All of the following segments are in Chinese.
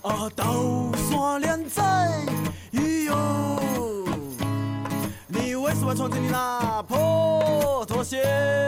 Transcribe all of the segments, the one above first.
啊，刀山连在鱼哟，你为什么穿着你那破拖鞋？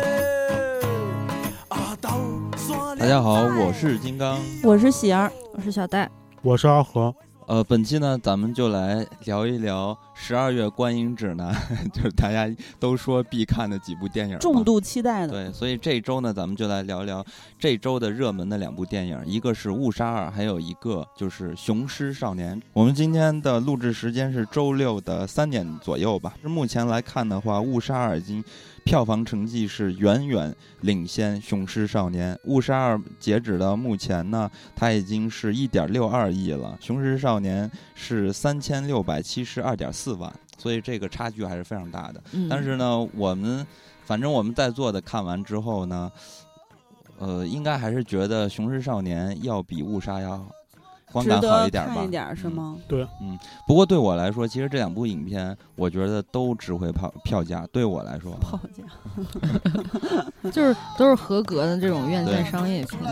啊，刀山。 大家好，我是金刚， 我是喜儿， 我是小戴， 我是阿和。 本期呢，咱们就来聊一聊12月观影指南，就是大家都说必看的几部电影， 重度期待的。 对，所以这周呢，咱们就来聊聊这周的热门的2部电影，一个是《误杀2》，还有一个就是《雄狮少年》。我们今天的录制时间是周六的3点左右吧。目前来看的话，《误杀2》已经票房成绩是远远领先《雄狮少年》。《误杀2》截止到目前呢，它已经是1.62亿了，《雄狮少年》是3672.4万，所以这个差距还是非常大的。但是呢，反正我们在座的看完之后呢，应该还是觉得《雄狮少年》要比《误杀》要观感好一点吧， 值得看一点是吗？ 对， 不过对我来说，其实这2部影片，我觉得都值回票价。对我来说， 票价就是都是合格的这种院线商业片。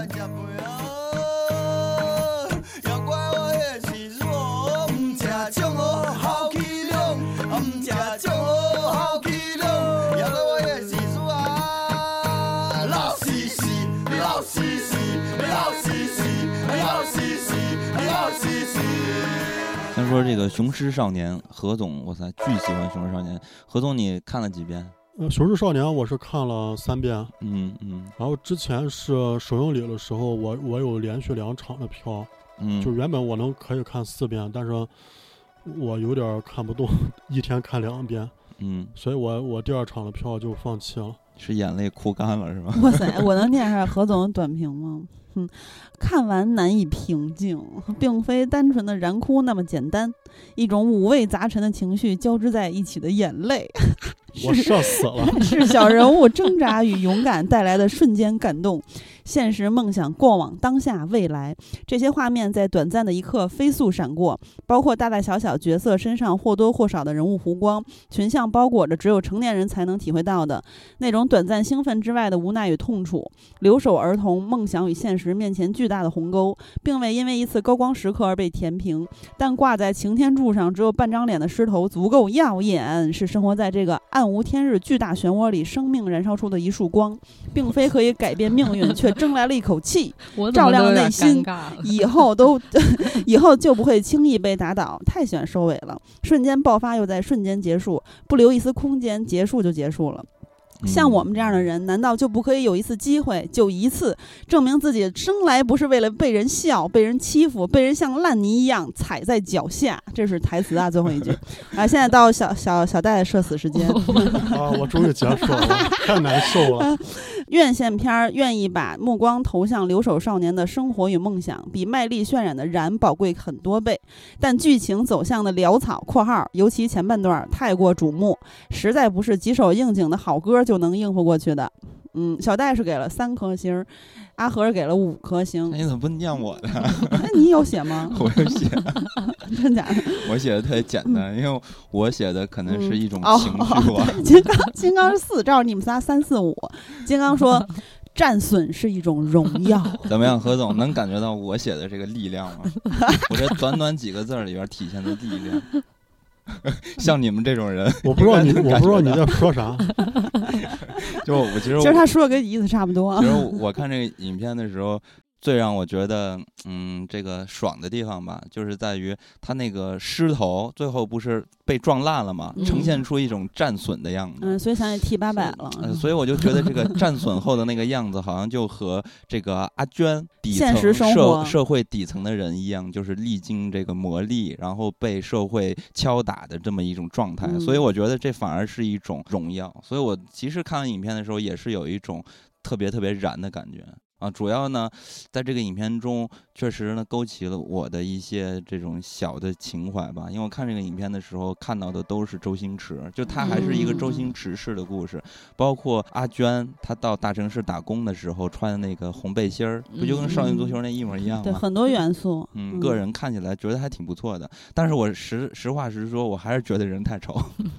先说这个《雄狮少年》，何总，我操，巨喜欢《雄狮少年》。何总，你看了几遍？ 雄狮少年我是看了3遍。然后之前是首映礼的时候，我有连续2场的票。就原本我可以看4遍，但是我有点看不动，一天看2遍。所以我第2场的票就放弃了。 是眼泪哭干了是吧？ 哇塞，我能念上何总的短评吗？看完难以平静，并非单纯的燃哭那么简单，一种五味杂陈的情绪交织在一起的眼泪。 我社死了。 是小人物挣扎与勇敢带来的瞬间感动，现实、梦想、过往、当下、未来，这些画面在短暂的一刻飞速闪过，包括大大小小角色身上或多或少的人物弧光，群像包裹着只有成年人才能体会到的那种短暂兴奋之外的无奈与痛楚，留守儿童梦想与现实面前巨大的鸿沟，并未因为一次高光时刻而被填平，但挂在擎天柱上只有半张脸的狮头足够耀眼，是生活在这个暗无天日巨大漩涡里生命燃烧出的一束光，并非可以改变命运，却争来了一口气，照亮内心，以后就不会轻易被打倒。太喜欢收尾了，瞬间爆发又在瞬间结束，不留一丝空间，结束就结束了。像我们这样的人，难道就不可以有一次机会，就一次证明自己生来不是为了被人笑、被人欺负、被人像烂泥一样踩在脚下？这是台词啊，最后一句啊！现在到小戴的社死时间啊！我终于结束了，太难受了。 院线片愿意把目光投向留守少年的生活与梦想，比卖力渲染的燃宝贵很多倍，但剧情走向的潦草（括号尤其前半段太过瞩目），实在不是几首应景的好歌就能应付过去的。小戴是给了3颗星，阿和给了5颗星。 你怎么不念我的？ 你有写吗？ 我有写。 真假的？ 我写的特别简单，因为我写的可能是一种情绪吧。 金刚是4，照你们仨3、4、5。金刚说战损是一种荣耀。 怎么样，何总能感觉到我写的这个力量吗？我这短短几个字里边体现的力量。像你们这种人， 我不知道你在说啥。 其实他说的跟意思差不多。 其实我看这个影片的时候，最让我觉得这个爽的地方吧，就是在于他那个狮头最后不是被撞烂了吗？呈现出一种战损的样子。 所以想起 T800 了。 所以我就觉得这个战损后的那个样子，好像就和这个阿娟现实生活社会底层的人一样，就是历经这个磨砺，然后被社会敲打的这么一种状态。所以我觉得这反而是一种荣耀。所以我其实看完影片的时候，也是有一种特别燃的感觉。主要呢，在这个影片中，确实呢勾起了我的一些这种小的情怀吧。因为我看这个影片的时候，看到的都是周星驰，就他还是一个周星驰式的故事。包括阿娟，她到大城市打工的时候穿的那个红背心儿，不就跟少年足球那一模一样吗？ 对，很多元素。 个人看起来觉得还挺不错的。但是我实话实说，我还是觉得人太丑。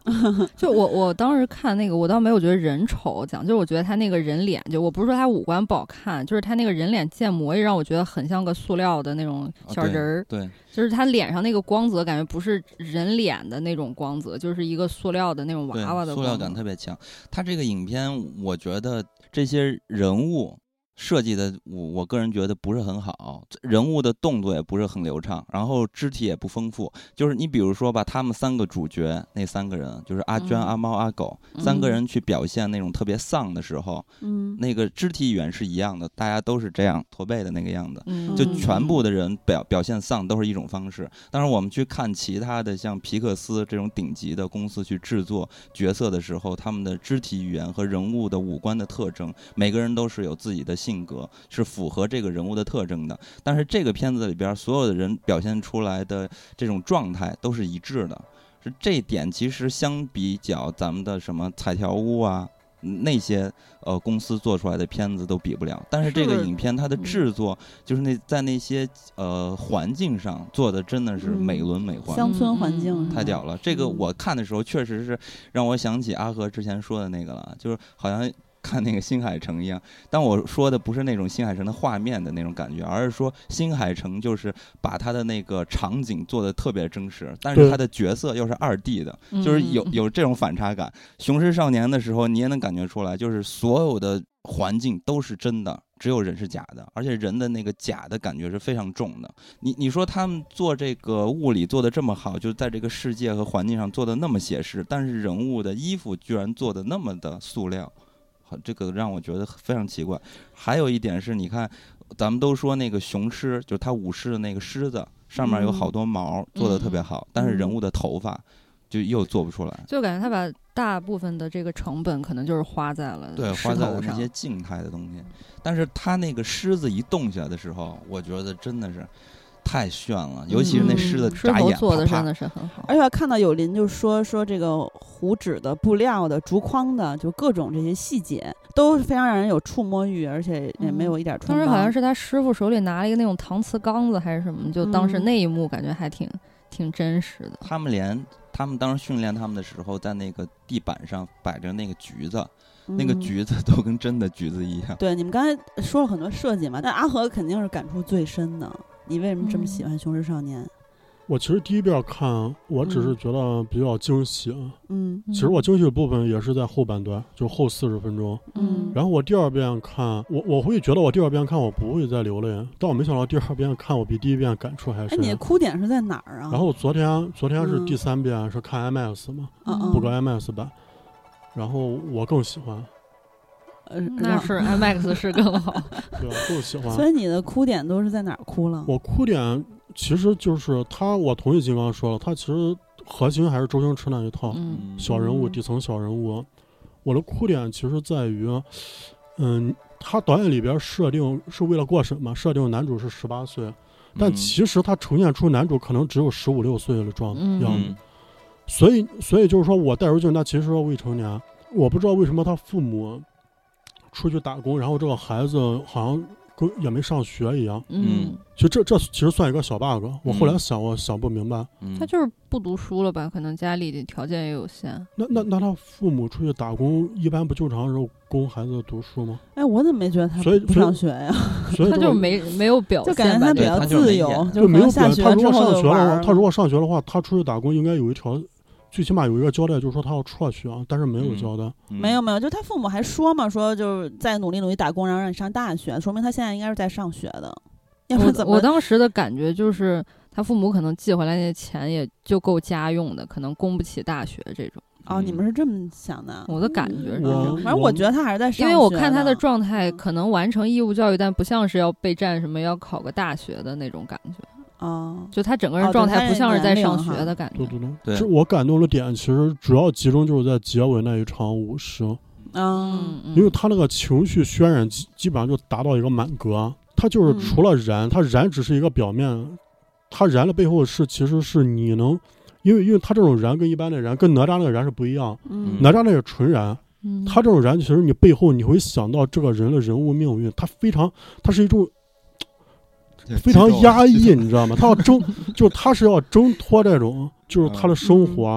就我当时看那个，我倒没有觉得人丑讲，就是我觉得他那个人脸，就我不是说他五官不好看，就是他那个人脸建模也让我觉得很像个塑料的那种小人儿、 对， 就是他脸上那个光泽感觉不是人脸的那种光泽，就是一个塑料的那种娃娃的光泽， 塑料感特别强。他这个影片我觉得这些人物设计的我个人觉得不是很好，人物的动作也不是很流畅，然后肢体也不丰富。就是你比如说吧，他们三个主角那三个人，就是阿娟、阿猫、阿狗，三个人去表现那种特别丧的时候，那个肢体语言是一样的，大家都是这样驼背的那个样子，就全部的人表现丧都是一种方式。当然我们去看其他的像皮克斯这种顶级的公司去制作角色的时候，他们的肢体语言和人物的五官的特征，每个人都是有自己的性格，是符合这个人物的特征的。但是这个片子里边所有的人表现出来的这种状态都是一致的，是这一点其实相比较咱们的什么彩条屋啊那些公司做出来的片子都比不了。但是这个影片它的制作就是在那些环境上做的真的是美轮美奂， 乡村环境太屌了。这个我看的时候确实是让我想起阿和之前说的那个了，就是好像看那个新海诚一样，但我说的不是那种新海诚的画面的那种感觉，而是说新海诚就是把他的那个场景做的特别真实，但是他的角色又是2D 的，就是有这种反差感。雄狮少年的时候你也能感觉出来，就是所有的环境都是真的，只有人是假的，而且人的那个假的感觉是非常重的。你说他们做这个物理做的这么好，就在这个世界和环境上做的那么写实，但是人物的衣服居然做的那么的塑料，这个让我觉得非常奇怪。还有一点是，你看咱们都说那个雄狮，就是他舞狮的那个狮子上面有好多毛，做的特别好，但是人物的头发就又做不出来， 就感觉他把大部分的这个成本可能就是花在了花在了那些静态的东西。但是他那个狮子一动起来的时候，我觉得真的是太炫了，尤其是那狮子眨眼， 做的真的是很好。 而且看到有邻就说这个糊纸的、布料的、竹筐的，就各种这些细节都非常让人有触摸欲，而且也没有一点穿帮。 当时好像是他师傅手里拿了一个那种搪瓷缸子还是什么，就当时那一幕感觉还挺真实的。 他们当时训练他们的时候，在那个地板上摆着那个橘子。那个橘子都跟真的橘子一样。 对，你们刚才说了很多设计嘛，但阿和肯定是感触最深的。你为什么这么喜欢《雄狮少年》？ 我其实第一遍看，我只是觉得比较惊喜。其实我惊喜的部分也是在后半段，就后40分钟。然后我第二遍看，我会觉得我第二遍看我不会再流泪，但我没想到第二遍看我比第一遍感触还深。 你的哭点是在哪儿啊？ 然后昨天是第3遍，是看 IMAX 嘛，补个 IMAX 版。然后我更喜欢， 那是 IMAX 是更好， 对，更喜欢。 所以你的哭点都是在哪儿哭了？ 我哭点其实就是我同意金刚说了，他其实核心还是周星驰那一套，小人物、底层小人物。我的哭点其实在于，他导演里边设定是为了过审嘛，设定男主是18岁，但其实他呈现出男主可能只有15、16岁的样子。所以就是说我带入进他其实是未成年，我不知道为什么他父母出去打工，然后这个孩子好像也没上学一样。其实这其实算一个小 bug。我后来我想不明白， 他就是不读书了吧？可能家里的条件也有限。 那他父母出去打工，一般不就常是供孩子读书吗？ 哎，我怎么没觉得他不上学呀？ 所以他就没有表现， 就感觉他比较自由， 就没有下学之后就玩。 他如果上学的话，他出去打工应该有一条。最起码有一个交代，就是说他要辍学啊，但是没有交代。 没有，就他父母还说嘛，说就是再努力打工，然后让你上大学，说明他现在应该是在上学的。要不怎么？ 我当时的感觉就是，他父母可能寄回来那些钱也就够家用的，可能供不起大学这种。 哦，你们是这么想的？ 我的感觉是这样。 反正我觉得他还是在上学的。 因为我看他的状态，可能完成义务教育，但不像是要备战什么要考个大学的那种感觉。就他整个人状态不像是在上学的感觉。 对，这我感动的点其实主要集中就是在结尾那一场舞狮。因为他那个情绪渲染基本上就达到一个满格。他就是除了燃，他燃只是一个表面，他燃的背后其实是你能，因为他这种燃跟一般的燃跟哪吒那个燃是不一样。哪吒那个纯燃。他这种燃其实你背后你会想到这个人的人物命运，他是一种非常压抑，你知道吗？他要他是要挣脱这种，就是他的生活啊，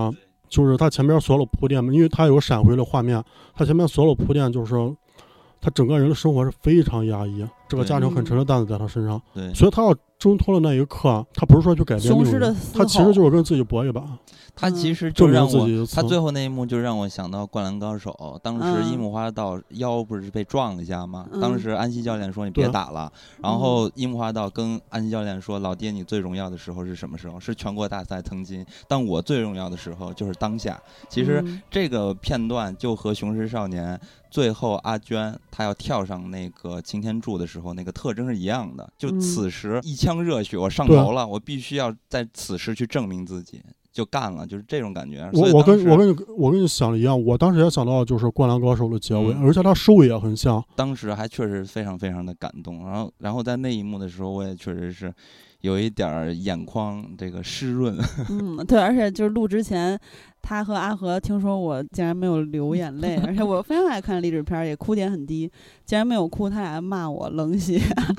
就是他前面所有的铺垫，因为他有闪回的画面，他前面所有铺垫就是他整个人的生活是非常压抑，这个家庭很沉的担子在他身上， 对， 所以他要挣脱了那一刻，他不是说去改变命运，他其实就是跟自己搏一把。 他其实就让我，他最后那一幕就让我想到《灌篮高手》，当时樱木花道腰不是被撞了一下吗？当时安西教练说你别打了，然后樱木花道跟安西教练说：“老爹，你最荣耀的时候是什么时候？是全国大赛曾经，但我最荣耀的时候就是当下。”其实这个片段就和《雄狮少年》最后阿娟她要跳上那个擎天柱的时候那个特征是一样的，就此时一腔热血，我上头了，我必须要在此时去证明自己。就干了，就是这种感觉。 我跟你想的一样，我当时也想到就是《灌篮高手》的结尾，而且它收尾也很像。 当时还确实非常非常的感动，然后在那一幕的时候，我也确实是有一点眼眶这个湿润。 对，而且就是录之前，他和阿和听说我竟然没有流眼泪，而且我非常爱看励志片，也哭点很低，竟然没有哭，他俩骂我冷血。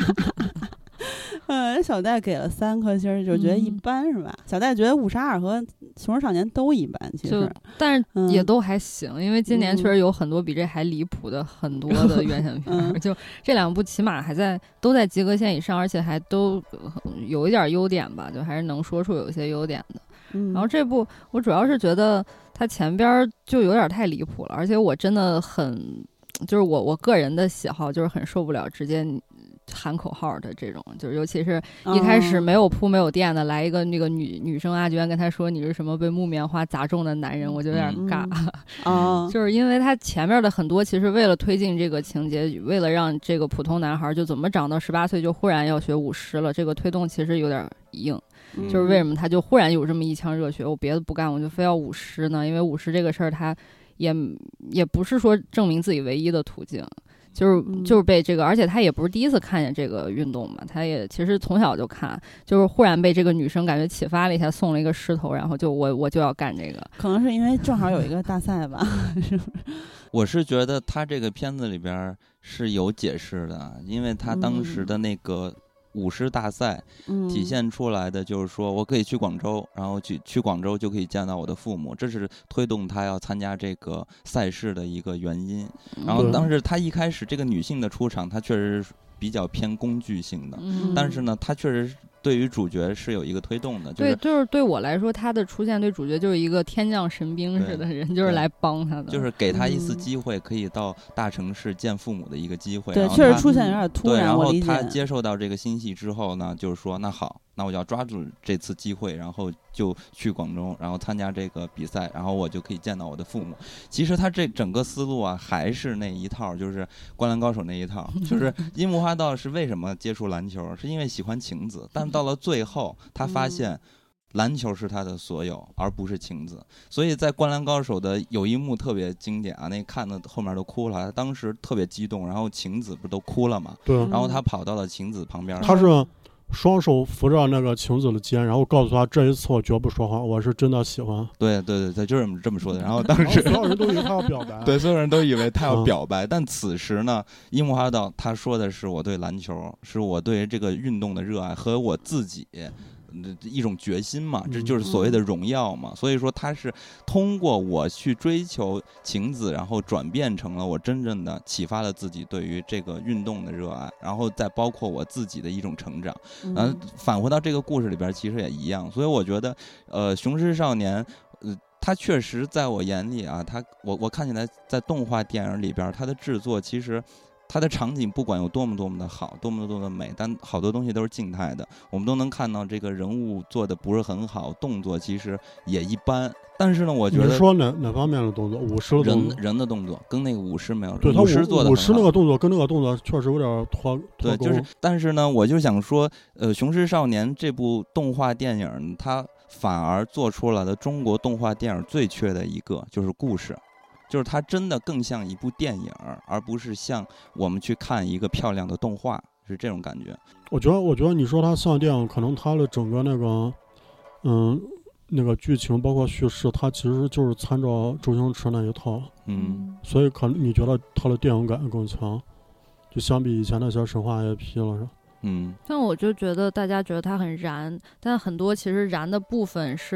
小戴给了3颗星，就觉得一般是吧？小戴觉得五十二和雄狮少年都一般，其实， 但是也都还行，因为今年确实有很多比这还离谱的很多的院线片，就这2部起码都在及格线以上，而且还都有一点优点吧，就还是能说出有些优点的。然后这部我主要是觉得它前边就有点太离谱了，而且我真的很就是我个人的喜好就是很受不了直接喊口号的这种，就是尤其是一开始没有铺没有垫的来一个那个女生阿娟跟他说你是什么被木棉花砸中的男人，我就有点尬。就是因为他前面的很多其实为了推进这个情节，为了让这个普通男孩就怎么长到18岁就忽然要学舞狮了，这个推动其实有点硬。就是为什么他就忽然有这么一腔热血，我别的不干我就非要舞狮呢？因为舞狮这个事儿他也不是说证明自己唯一的途径，就是被这个，而且他也不是第一次看见这个运动嘛，他也其实从小就看，就是忽然被这个女生感觉启发了一下，送了一个狮头，然后就我就要干这个， 可能是因为正好有一个大赛吧。是不是？ 我是觉得他这个片子里边是有解释的，因为他当时的那个舞狮大赛体现出来的就是说我可以去广州，然后去广州就可以见到我的父母，这是推动他要参加这个赛事的一个原因。然后当时他一开始这个女性的出场，她确实是比较偏工具性的，但是呢她确实对于主角是有一个推动的， 就是对我来说，他的出现对主角就是一个天降神兵似的人，就是来帮他的， 就是给他一次机会，可以到大城市见父母的一个机会。 对，确实出现有点突然。 对，然后他接受到这个信息之后呢，就是说那好，那我就要抓住这次机会，然后就去广州，然后参加这个比赛，然后我就可以见到我的父母。其实他这整个思路啊，还是那一套，就是《灌篮高手》那一套，就是樱木花道是为什么接触篮球，是因为喜欢晴子，但到了最后他发现篮球是他的所有，而不是晴子。所以在《灌篮高手》的有一幕特别经典啊，那看的后面都哭了，他当时特别激动，然后晴子不都哭了嘛？ 对。 然后他跑到了晴子旁边， 他是双手扶着那个晴子的肩，然后告诉他这一次我绝不说谎，我是真的喜欢。 对，就是这么说的。然后当时所有人都以为他要表白， 对，所有人都以为他要表白，但此时呢，樱木花道他说的是我对篮球，是我对这个运动的热爱和我自己一种决心嘛，这就是所谓的荣耀嘛。所以说他是通过我去追求晴子，然后转变成了我真正的启发了自己对于这个运动的热爱，然后再包括我自己的一种成长。返回到这个故事里边其实也一样。所以我觉得雄狮少年他确实在我眼里啊，我看起来在动画电影里边他的制作其实它的场景不管有多么的好，多么的美，但好多东西都是静态的，我们都能看到这个人物做的不是很好，动作其实也一般。但是呢，我觉得你说哪方面的动作？舞狮的动作， 人的动作跟那个舞狮没有。 对，他舞狮做的舞狮那个动作跟那个动作确实有点脱对，就是。但是呢，我就想说，《雄狮少年》这部动画电影，它反而做出了的中国动画电影最缺的一个就是故事。就是它真的更像一部电影，而不是像我们去看一个漂亮的动画，是这种感觉。 我觉得你说它像电影，可能它的整个那个剧情包括叙事，它其实就是参照周星驰那一套。所以可能你觉得它的电影感更强，就相比以前那些神话 IP 了，是吧？ 但我就觉得大家觉得它很燃，但很多其实燃的部分是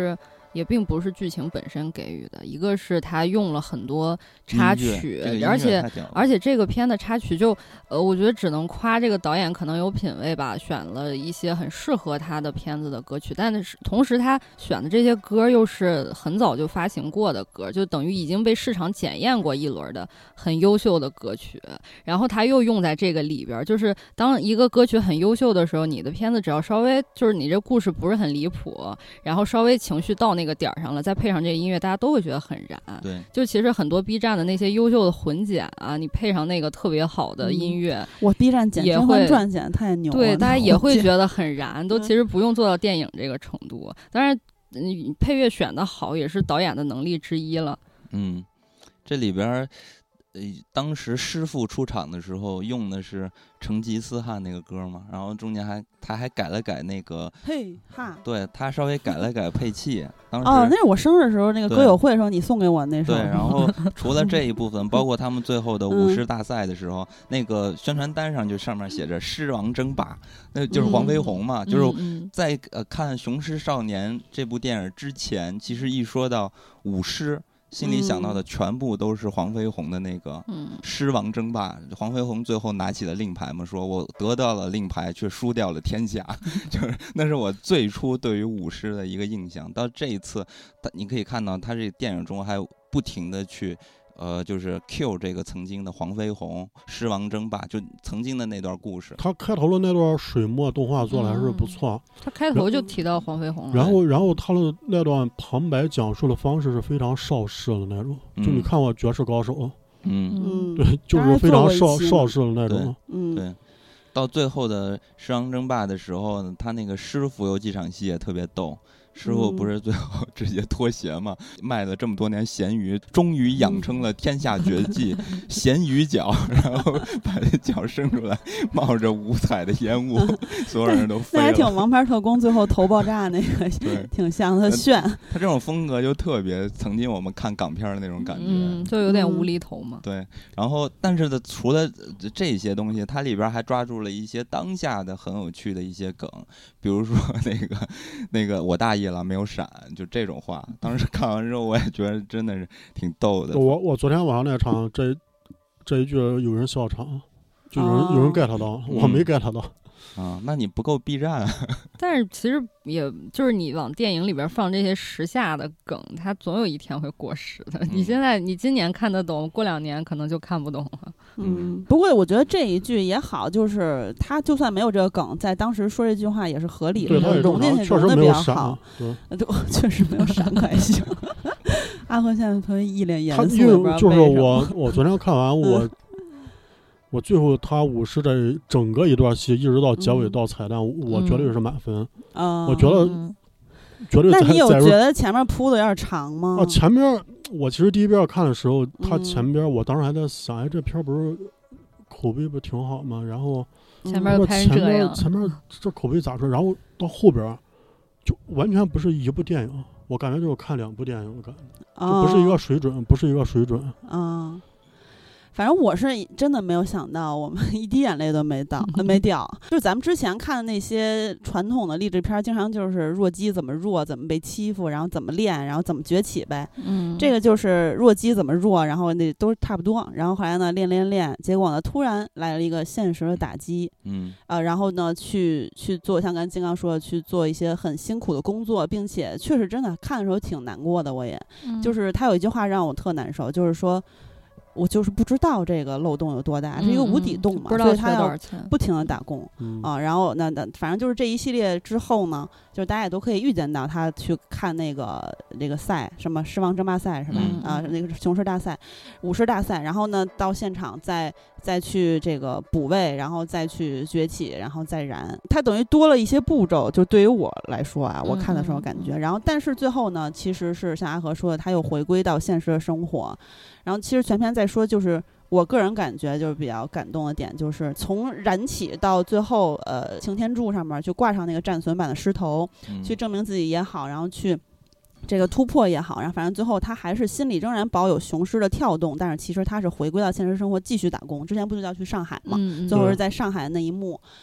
也并不是剧情本身给予的，一个是他用了很多插曲，而且这个片的插曲就我觉得只能夸这个导演可能有品位吧，选了一些很适合他的片子的歌曲，但是同时他选的这些歌又是很早就发行过的歌，就等于已经被市场检验过一轮的很优秀的歌曲，然后他又用在这个里边，就是当一个歌曲很优秀的时候，你的片子只要稍微就是你这故事不是很离谱，然后稍微情绪到那个点上了，再配上这个音乐，大家都会觉得很燃。 对， 就其实很多 B 站的那些优秀的混剪啊，你配上那个特别好的音乐， 我 B 站剪《甄嬛传》剪太牛了， 对，大家也会觉得很燃，都其实不用做到电影这个程度。当然，配乐选的好也是导演的能力之一了。 这里边。当时师傅出场的时候用的是成吉思汗那个歌嘛，然后中间他还改了改那个嘿哈， 对他稍微改了改配器。当时那是我生日的时候那个歌友会的时候你送给我那首。 对，然后除了这一部分，包括他们最后的舞狮大赛的时候，那个宣传单上就上面写着“狮王争霸”，那就是黄飞鸿嘛。就是在看《雄狮少年》这部电影之前，其实一说到舞狮。心里想到的全部都是黄飞鸿的那个狮王争霸，黄飞鸿最后拿起了令牌嘛，说我得到了令牌却输掉了天下，就是那是我最初对于舞狮的一个印象。到这一次你可以看到他这个电影中还不停的去就是 Q 这个曾经的黄飞鸿狮王争霸，就曾经的那段故事。 他开头的那段水墨动画做的还是不错， 他开头就提到黄飞鸿了。 然后他的那段旁白讲述的方式是非常邵氏的那种，就你看过《绝世高手》，对，就是非常邵氏的那种。 对，到最后的狮王争霸的时候呢，他那个师傅有几场戏也特别逗。师傅不是最后直接脱鞋嘛？卖了这么多年咸鱼，终于养成了天下绝技咸鱼脚，然后把这脚伸出来，冒着五彩的烟雾，所有人都飞了。 那还挺王牌特工最后头爆炸那个，挺像的炫。 他这种风格就特别曾经我们看港片的那种感觉， 就有点无厘头嘛。 对，然后但是除了这些东西，它里边还抓住了一些当下的很有趣的一些梗，比如说那个我大爷了没有闪，就这种话。当时看完之后，我也觉得真的是挺逗的。 我昨天晚上那场这一句有人笑场，就有人 get 到，我没 get 到。 那你不够 B 站。 但是其实也就是你往电影里边放这些时下的梗，它总有一天会过时的。你今年看得懂，过2年可能就看不懂了。 不过我觉得这一句也好，就是他就算没有这个梗，在当时说这句话也是合理的，融进去融的比较好。对，确实没有闪还行。阿和现在特别一脸严肃， 就是我昨天看完我最后他舞狮这整个一段戏一直到结尾到彩蛋，我绝对是满分。我觉得绝对。 那你有觉得前面铺的有点长吗？ 前面我其实第一遍看的时候，他前边我当时还在想，这片不是口碑不挺好吗？然后前面拍成这样， 前面这口碑咋说？然后到后边就完全不是一部电影，我感觉就是看2部电影的感觉，就不是一个水准。 反正我是真的没有想到，我们一滴眼泪都没掉。就是咱们之前看的那些传统的励志片，经常就是弱鸡怎么弱，怎么被欺负，然后怎么练，然后怎么崛起呗。这个就是弱鸡怎么弱，然后那都差不多。然后后来呢，练，结果呢，突然来了一个现实的打击。然后呢，去做像刚才金刚说的，去做一些很辛苦的工作，并且确实真的看的时候挺难过的。我也，就是他有一句话让我特难受，就是说。我就是不知道这个漏洞有多大，是一个无底洞嘛，所以他要不停的打工然后那反正就是这一系列之后呢，就是大家也都可以预见到他去看那个赛，什么狮王争霸赛是吧？那个雄狮大赛、舞狮大赛，然后呢到现场再去这个补位，然后再去崛起，然后再燃，他等于多了一些步骤。就对于我来说啊，我看的时候感觉，然后但是最后呢，其实是像阿和说的，他又回归到现实的生活。然后其实全篇再说，就是我个人感觉就是比较感动的点，就是从燃起到最后擎天柱上面去挂上那个战损版的狮头，去证明自己也好，然后去这个突破也好，然后反正最后他还是心里仍然保有雄狮的跳动，但是其实他是回归到现实生活继续打工。之前不就要去上海嘛，最后是在上海的那一幕。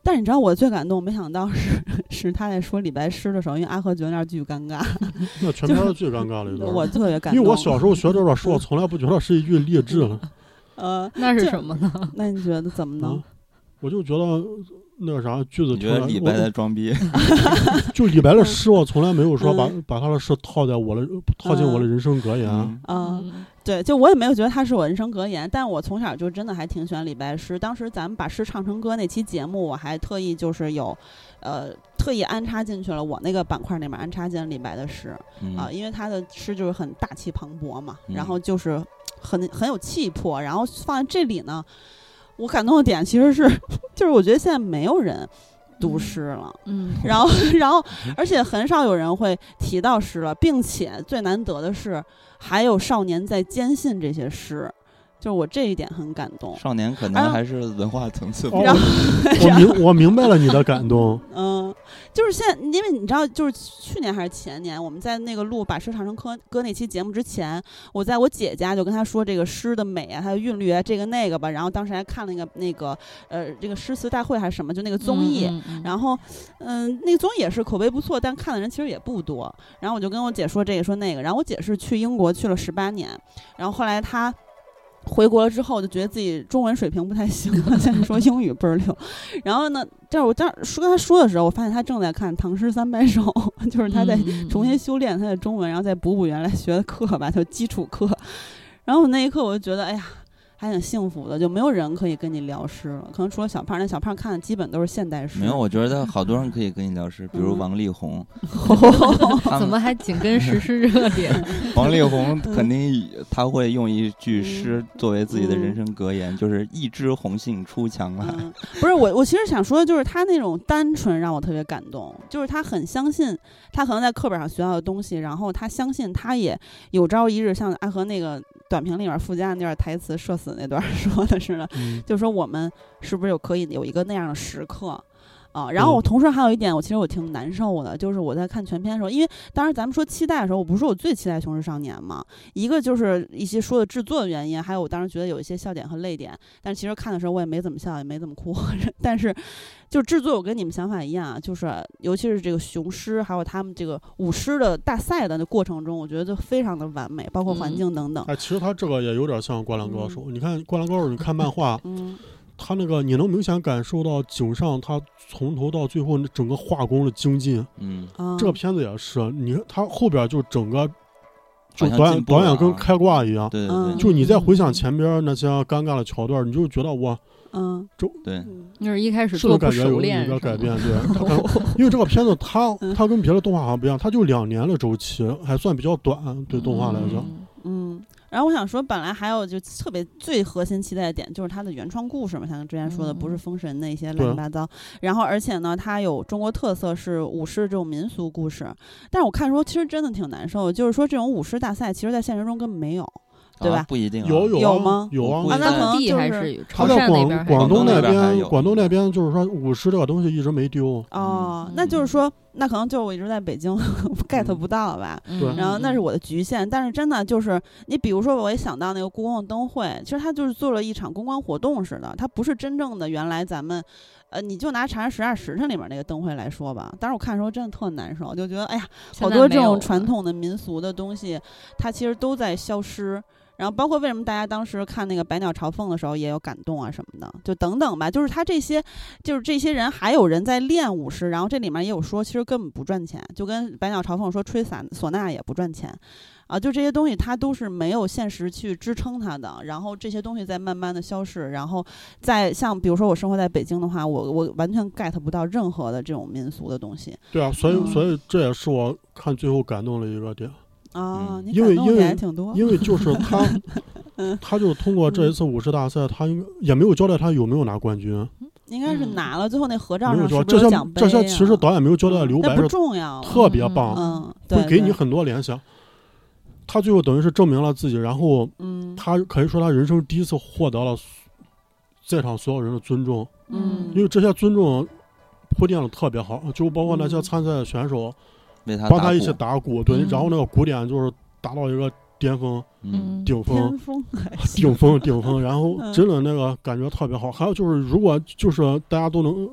但是你知道我最感动，没想到是他在说李白诗的时候，因为阿和觉得那巨尴尬， 那全篇最尴尬了一段。 我特别感动， 因为我小时候学这段诗，我从来不觉得是一句励志了。 那是什么呢？ 那你觉得怎么呢？ 我就觉得那个啥句子， 你觉得李白在装逼？ 就李白的诗，我从来没有说把他的诗套进我的人生格言。 对，就我也没有觉得他是我人生格言，但我从小就真的还挺喜欢李白诗。当时咱们把诗唱成歌那期节目，我还特意就是有，特意安插进去了我那个板块里面安插进了李白的诗因为他的诗就是很大气磅礴嘛，然后就是很有气魄，然后放在这里呢，我感动的点其实是，就是我觉得现在没有人读诗了，然后而且很少有人会提到诗了，并且最难得的是还有少年在坚信这些诗，就是我这一点很感动。 少年可能还是文化层次不我明白了你的感动。 就是现在，因为你知道，就是去年还是前年，我们在那个录把诗唱成歌那期节目之前，我在我姐家就跟她说这个诗的美啊，它的韵律啊，这个那个吧。然后当时还看了那个这个诗词大会还是什么，就那个综艺。然后那个综艺也是口碑不错，但看的人其实也不多。然后我就跟我姐说这个说那个，然后我姐是去英国去了18年，然后后来她回国了之后就觉得自己中文水平不太行了，现在说英语倍儿溜。然后呢，这我跟他说的时候，我发现他正在看《唐诗300首》，就是他在重新修炼他的中文，然后再补原来学的课吧，就基础课。然后那一刻我就觉得，哎呀，还挺幸福的，就没有人可以跟你聊诗了，可能除了小胖，那小胖看的基本都是现代诗。 没有，我觉得好多人可以跟你聊诗，比如王力宏。 怎么还紧跟时事热点？ 王力宏肯定他会用一句诗作为自己的人生格言，就是一枝红杏出墙来。 不是我其实想说的就是他那种单纯让我特别感动，就是他很相信他可能在课本上学到的东西，然后他相信他也有朝一日像爱和那个短评里面附加的那段台词社死那段说的似的，就是说我们是不是可以有一个那样的时刻然后我同时还有一点，其实我挺难受的，就是我在看全片的时候，因为当时咱们说期待的时候，我不是说我最期待《雄狮少年》嘛，一个就是一些说的制作的原因，还有我当时觉得有一些笑点和泪点，但是其实看的时候我也没怎么笑，也没怎么哭，但是就制作我跟你们想法一样，就是尤其是这个雄狮还有他们这个舞狮的大赛的过程中，我觉得就非常的完美，包括环境等等。 其实他这个也有点像《灌篮高手》，你看《灌篮高手》，你看漫画，他那个你能明显感受到井上他从头到最后整个画工的精进。这个片子也是，你看他后边就整个就导演跟开挂一样。 对对对， 就你再回想前边那些尴尬的桥段，你就觉得哇， 对， 就是一开始做不熟练， 有点改变。对，因为这个片子它跟别的动画好像不一样，它就2年的周期，还算比较短，对动画来讲。 然后我想说，本来还有就特别最核心期待的点就是它的原创故事嘛，像之前说的，不是封神那些乱七八糟。然后而且呢，它有中国特色，是舞狮这种民俗故事。但是我看说其实真的挺难受的，就是说这种舞狮大赛，其实在现实中根本没有。对吧？ 不一定有吗？ 有啊， 那可能还是他在广东那边就是说舞狮这个东西一直没丢。 那就是说，那可能就是我一直在北京get 不到吧。然后那是我的局限，但是真的就是你比如说，我也想到那个故宫的灯会，其实它就是做了一场公关活动似的，它不是真正的原来咱们。你就拿《长安十二时辰》里面那个灯会来说吧，当时我看的时候真的特难受，就觉得哎呀，好多这种传统的民俗的东西，它其实都在消失。然后包括为什么大家当时看那个《百鸟朝凤》的时候也有感动啊什么的，就等等吧。就是他这些，就是这些人还有人在练舞狮，然后这里面也有说，其实根本不赚钱，就跟《百鸟朝凤》说吹唢呐也不赚钱。就这些东西它都是没有现实去支撑它的，然后这些东西在慢慢的消逝，然后在像比如说我生活在北京的话，我完全 get 不到任何的这种民俗的东西。 对啊，所以这也是我看最后感动的一个点。 你感动点挺多。 因为就是他就通过这一次舞狮大赛，他也没有交代他有没有拿冠军。 应该是拿了，最后那合照上是不是有奖杯？ 这些其实导演没有交代，留白不重要， 特别棒，会给你很多联想。他最后等于是证明了自己，然后他可以说他人生第一次获得了在场所有人的尊重。因为这些尊重铺垫的特别好，就包括那些参赛的选手帮他一起打鼓，对，然后那个鼓点就是达到一个巅峰，顶峰，然后真的那个感觉特别好。还有就是，如果就是大家都能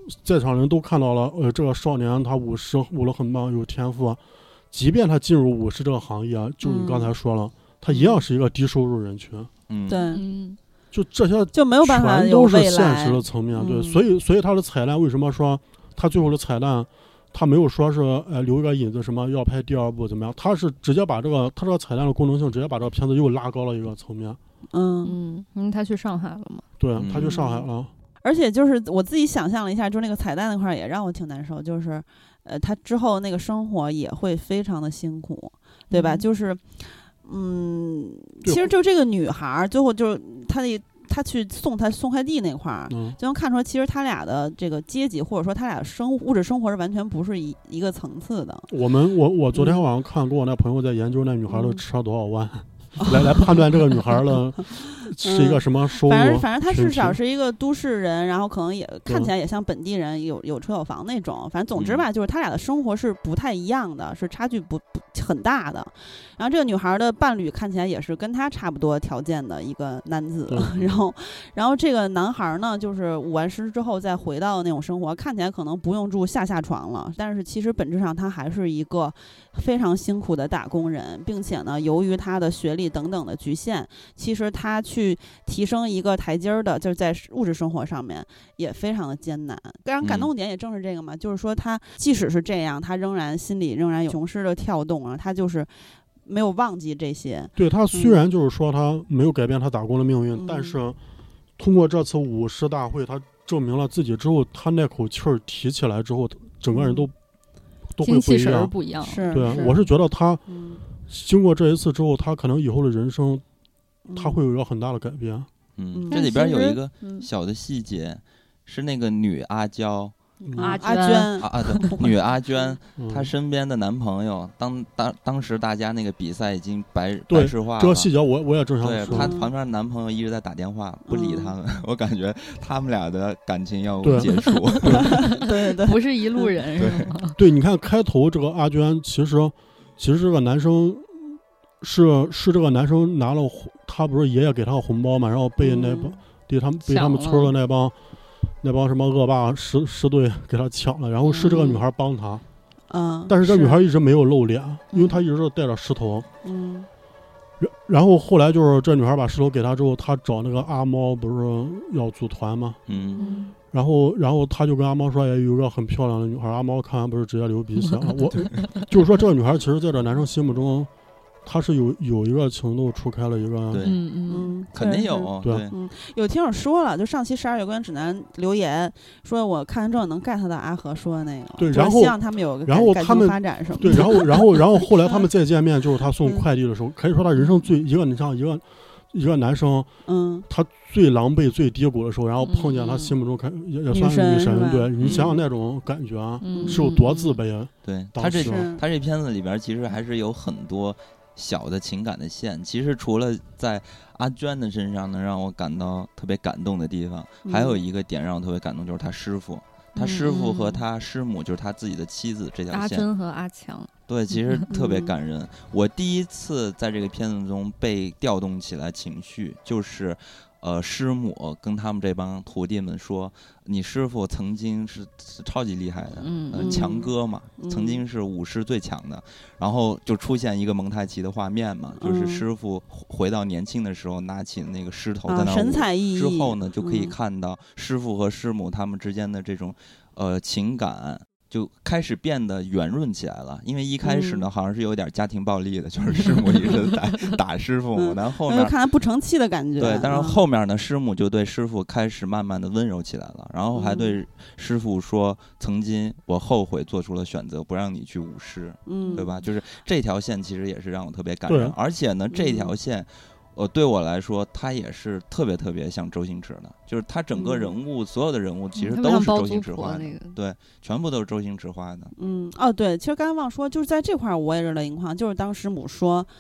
在场人都看到了，这个少年他舞狮舞得很棒，有天赋，即便他进入舞狮这个行业，就你刚才说了，他一样是一个低收入人群。 对， 就这些就没有办法全都是现实的层面。对，所以他的彩蛋为什么说他最后的彩蛋？他没有说是留一个引子什么要拍第二部怎么样，他是直接把他这个彩蛋的功能性直接把这个片子又拉高了一个层面。 他去上海了嘛？ 对，他去上海了。 而且就是我自己想象了一下，就是那个彩蛋那块也让我挺难受，就是他之后那个生活也会非常的辛苦，对吧？就是其实就这个女孩最后就是他去送快递那块儿，就能看出来，其实他俩的这个阶级或者说他俩物质生活是完全不是一个层次的。 我昨天晚上看，跟我那朋友在研究那女孩的车多少万，来判断这个女孩的是一个什么收入。 反正他至少是一个都市人，然后可能也看起来也像本地人，有车有房那种。反正总之吧，就是他俩的生活是不太一样的，是差距不很大的。然后这个女孩的伴侣看起来也是跟她差不多条件的一个男子，然后这个男孩呢，就是舞完狮之后再回到那种生活，看起来可能不用住下床了，但是其实本质上他还是一个非常辛苦的打工人，并且呢，由于他的学历等等的局限，其实他去提升一个台阶的，就是在物质生活上面也非常的艰难。让人感动点也正是这个嘛，就是说他即使是这样，他心里仍然有雄狮的跳动啊，他就是没有忘记这些。 对，他虽然就是说他没有改变他打工的命运，但是通过这次舞狮大会，他证明了自己之后，他那口气儿提起来之后，整个人都会不一样。 对，我是觉得他经过这一次之后，他可能以后的人生他会有一个很大的改变。 这里边有一个小的细节，是那个女阿娇。 阿娟对，女阿娟，她身边的男朋友，当时大家那个比赛已经白事化了。 这个细节我也正想说。 对，她旁边男朋友一直在打电话，不理他们。我感觉他们俩的感情要结束。 对， 不是一路人是吗？ 对，你看开头这个阿娟，其实这个男生是这个男生拿了他不是爷爷给他个红包嘛，然后被他们村的那帮什么恶霸十队给他抢了，然后是这个女孩帮他，但是这女孩一直没有露脸，因为她一直是带着石头，然后后来就是这女孩把石头给他之后，他找那个阿猫不是要组团吗？然后他就跟阿猫说，有一个很漂亮的女孩，阿猫看完不是直接流鼻血了。我就是说这个女孩其实在这男生心目中，他是有一个情窦初开了一个， 对，肯定有，对， 有听友说了，就上期12月观指南留言说，我看完之后能 get 到阿和说的那个， 对，然后希望他们有个感情发展什么的， 对，然后后来他们再见面，就是他送快递的时候，可以说他人生一个男生，他最狼狈、最低谷的时候，然后碰见他心目中也算是女神，对，你想想那种感觉啊，是有多自卑。 对，他这片子里边其实还是有很多小的情感的线，其实除了在阿娟的身上能让我感到特别感动的地方，还有一个点让我特别感动，就是他师傅和他师母，就是他自己的妻子这条线。 阿珍和阿强， 对，其实特别感人。我第一次在这个片子中被调动起来情绪，就是师母跟他们这帮徒弟们说，你师傅曾经是超级厉害的，强哥嘛，曾经是舞狮最强的，然后就出现一个蒙太奇的画面嘛，就是师傅回到年轻的时候拿起那个狮头在那舞， 神采奕奕， 之后呢就可以看到师傅和师母他们之间的这种情感就开始变得圆润起来了，因为一开始呢好像是有点家庭暴力的，就是师母一直打师傅嘛，然后后面看他不成器的感觉。 对，但是后面呢，师母就对师傅开始慢慢的温柔起来了，然后还对师傅说，曾经我后悔做出了选择，不让你去舞狮，对吧？就是这条线其实也是让我特别感人，而且呢，这条线。对我来说，他也是特别特别像周星驰的，就是他整个人物，所有的人物其实都是周星驰画的，对，全部都是周星驰画的。 对，其实刚才忘说，就是在这块我也热泪盈眶，就是当师母说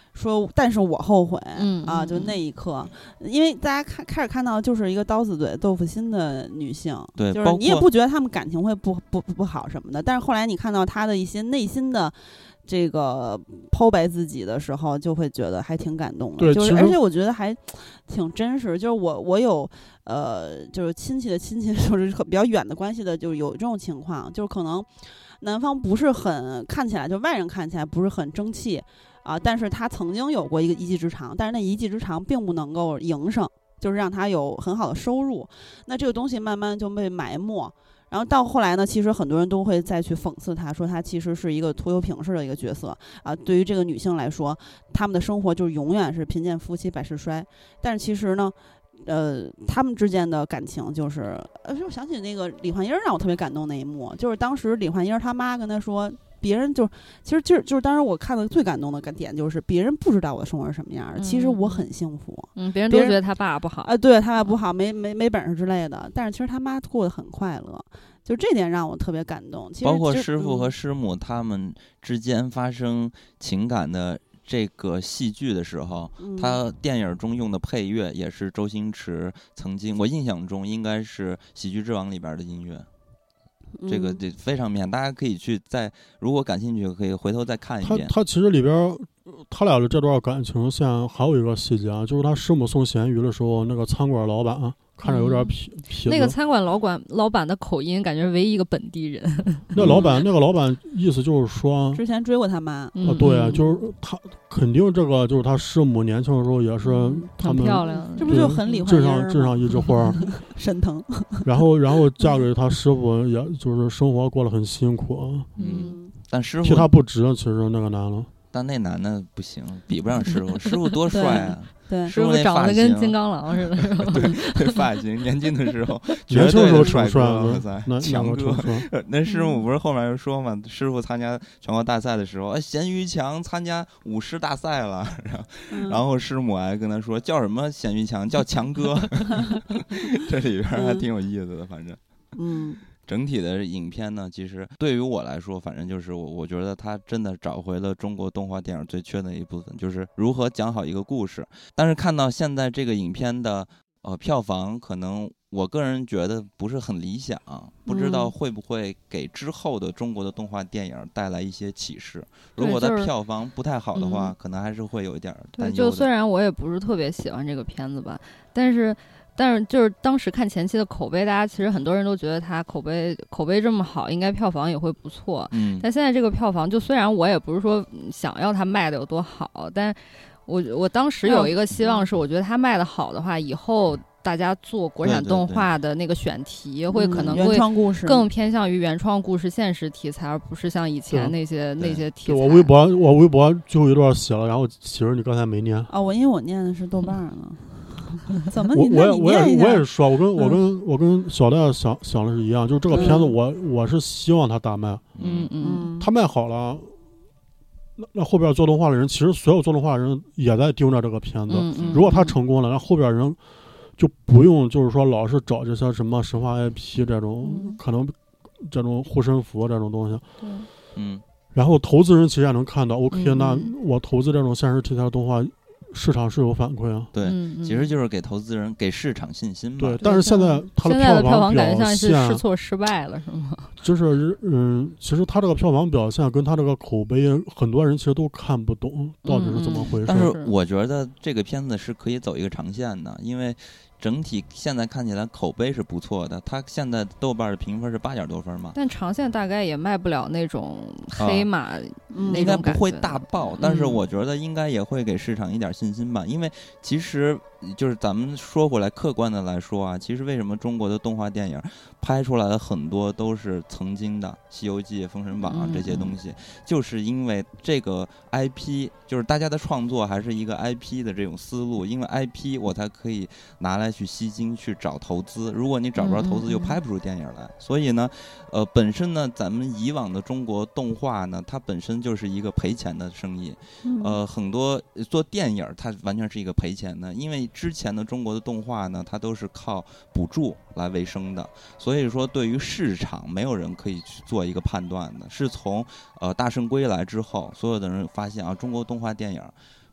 说但是我后悔就那一刻，因为大家开始看到就是一个刀子嘴豆腐心的女性， 对， 就是你也不觉得他们感情会不好什么的，但是后来你看到她的一些内心的这个剖白自己的时候，就会觉得还挺感动的。 对， 就是而且我觉得还挺真实。就是我有就是亲戚的亲戚，就是比较远的关系的，就有这种情况，就是可能男方不是很看起来，就外人看起来不是很争气但是他曾经有过一个一技之长，但是那一技之长并不能够营生，就是让他有很好的收入。那这个东西慢慢就被埋没。然后到后来呢，其实很多人都会再去讽刺他，说他其实是一个拖油瓶式的一个角色对于这个女性来说，他们的生活就永远是贫贱夫妻百事衰。但是其实呢，他们之间的感情就是，我想起那个李焕英让我特别感动那一幕，就是当时李焕英他妈跟他说。别人其实就是当时我看的最感动的点就是别人不知道我的生活是什么样的，其实我很幸福。 别人都觉得他爸不好对他爸不好，没本事之类的，但是其实他妈过得很快乐，就这点让我特别感动。其实包括师傅和师母他们之间发生情感的这个戏剧的时候，他电影中用的配乐也是周星驰曾经我印象中应该是《喜剧之王》里边的音乐。这个非常明显，大家可以去如果感兴趣可以回头再看一遍。 他其实里边他俩的这段感情线还有一个细节就是他师母送咸鱼的时候，那个餐馆老板看着有点痞子。 那个餐馆老板的口音感觉唯一一个本地人。 那个老板意思就是说之前追过他妈。 对就是他肯定这个就是他师母年轻的时候也是他们很漂亮， 这不就很李焕英镇上一枝花沈腾。 然后嫁给他师傅，也就是生活过得很辛苦。 但师傅替他不值，其实那个男的。 但那男的不行，比不上师傅。师傅多帅啊！ 对， 师傅长得跟金刚狼似的。 对，发型，年轻的时候， 年轻时候帅哥，强哥。那师傅不是后面又说嘛，师傅参加全国大赛的时候，咸鱼强参加舞狮大赛了，然后师母还跟他说叫什么咸鱼强，叫强哥。这里边还挺有意思的，反正。整体的影片呢，其实对于我来说，反正就是我觉得它真的找回了中国动画电影最缺的一部分，就是如何讲好一个故事。但是看到现在这个影片的票房，可能我个人觉得不是很理想，不知道会不会给之后的中国的动画电影带来一些启示。如果它票房不太好的话，可能还是会有一点担忧的。 就虽然我也不是特别喜欢这个片子吧，但是就是当时看前期的口碑，大家其实很多人都觉得它口碑这么好，应该票房也会不错。但现在这个票房，就虽然我也不是说想要它卖的有多好，但我当时有一个希望是，我觉得它卖的好的话，以后大家做国产动画的那个选题会可能会更偏向于原创故事、现实题材，而不是像以前那些题材。 我微博最后一段写了，然后其实你刚才没念我因为我念的是豆瓣呢。怎么我也说，我跟小戴想的是一样，就是这个片子我是希望它大卖，它卖好了，那后边做动画的人，其实所有做动画的人也在盯着这个片子，如果它成功了，那后边人就不用就是说老是找这些什么神话 IP 这种可能这种护身符这种东西，然后投资人其实也能看到 OK，那我投资这种现实题材的动画。市场是有反馈啊， 对，其实就是给投资人、给市场信心嘛。 对，但是现在它的票房感觉像是试错失败了，是吗？ 就是其实它这个票房表现跟它这个口碑，很多人其实都看不懂到底是怎么回事。 但是我觉得这个片子是可以走一个长线的，因为整体现在看起来口碑是不错的，它现在豆瓣的评分是8点多分嘛。 但长线大概也卖不了那种黑马， 应该不会大爆，但是我觉得应该也会给市场一点信心吧。因为其实就是咱们说回来，客观的来说啊，其实为什么中国的动画电影拍出来的很多都是曾经的《西游记》《封神榜》这些东西，就是因为这个 IP， 就是大家的创作还是一个 IP 的这种思路，因为 IP 我才可以拿来去吸金去找投资，如果你找不着投资就拍不出电影来。所以呢本身呢咱们以往的中国动画呢，它本身就是一个赔钱的生意，很多做电影它完全是一个赔钱的，因为之前的中国的动画呢，它都是靠补助来为生的，所以说对于市场没有人可以去做一个判断的。是从大圣归来之后，所有的人发现啊，中国动画电影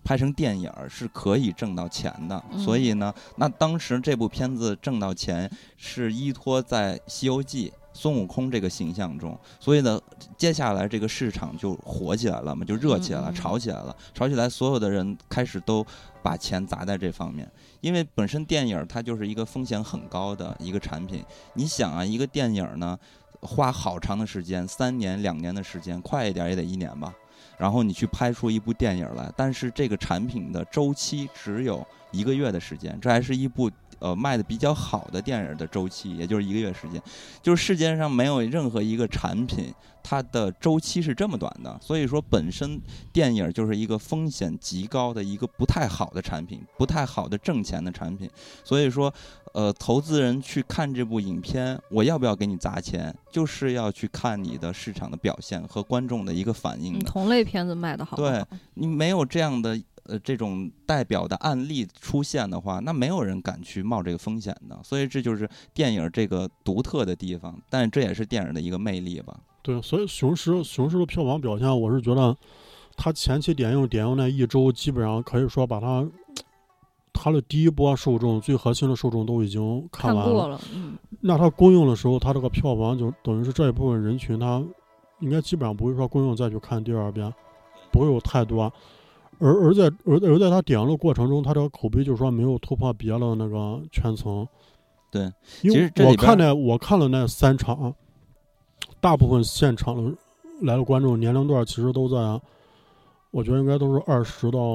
拍成电影是可以挣到钱的。所以呢，那当时这部片子挣到钱是依托在《西游记》孙悟空这个形象中，所以呢，接下来这个市场就火起来了嘛，就热起来了，炒起来了，炒起来，所有的人开始都把钱砸在这方面，因为本身电影它就是一个风险很高的一个产品。你想啊，一个电影呢，花好长的时间，3年2年的时间，快一点也得1年吧，然后你去拍出一部电影来，但是这个产品的周期只有1个月的时间，这还是一部卖的比较好的电影的周期，也就是1个月时间。就是世界上没有任何一个产品它的周期是这么短的，所以说本身电影就是一个风险极高的一个不太好的产品，不太好的挣钱的产品。所以说投资人去看这部影片，我要不要给你砸钱，就是要去看你的市场的表现和观众的一个反应的。 同类片子卖的好不好？ 对，你没有这样的这种代表的案例出现的话，那没有人敢去冒这个风险的。所以这就是电影这个独特的地方，但这也是电影的一个魅力吧。 对，所以雄狮的票房表现，我是觉得它前期点映那1周，基本上可以说把它的第一波受众最核心的受众都已经看完了。那它公映的时候，它这个票房就等于是这一部分人群，它应该基本上不会说公映再去看第2遍，不会有太多。而在它点映的过程中，它这个口碑就是说没有突破别的那个圈层。 对， 因为我看了那3场，大部分现场的来的观众年龄段其实都在，我觉得应该都是20到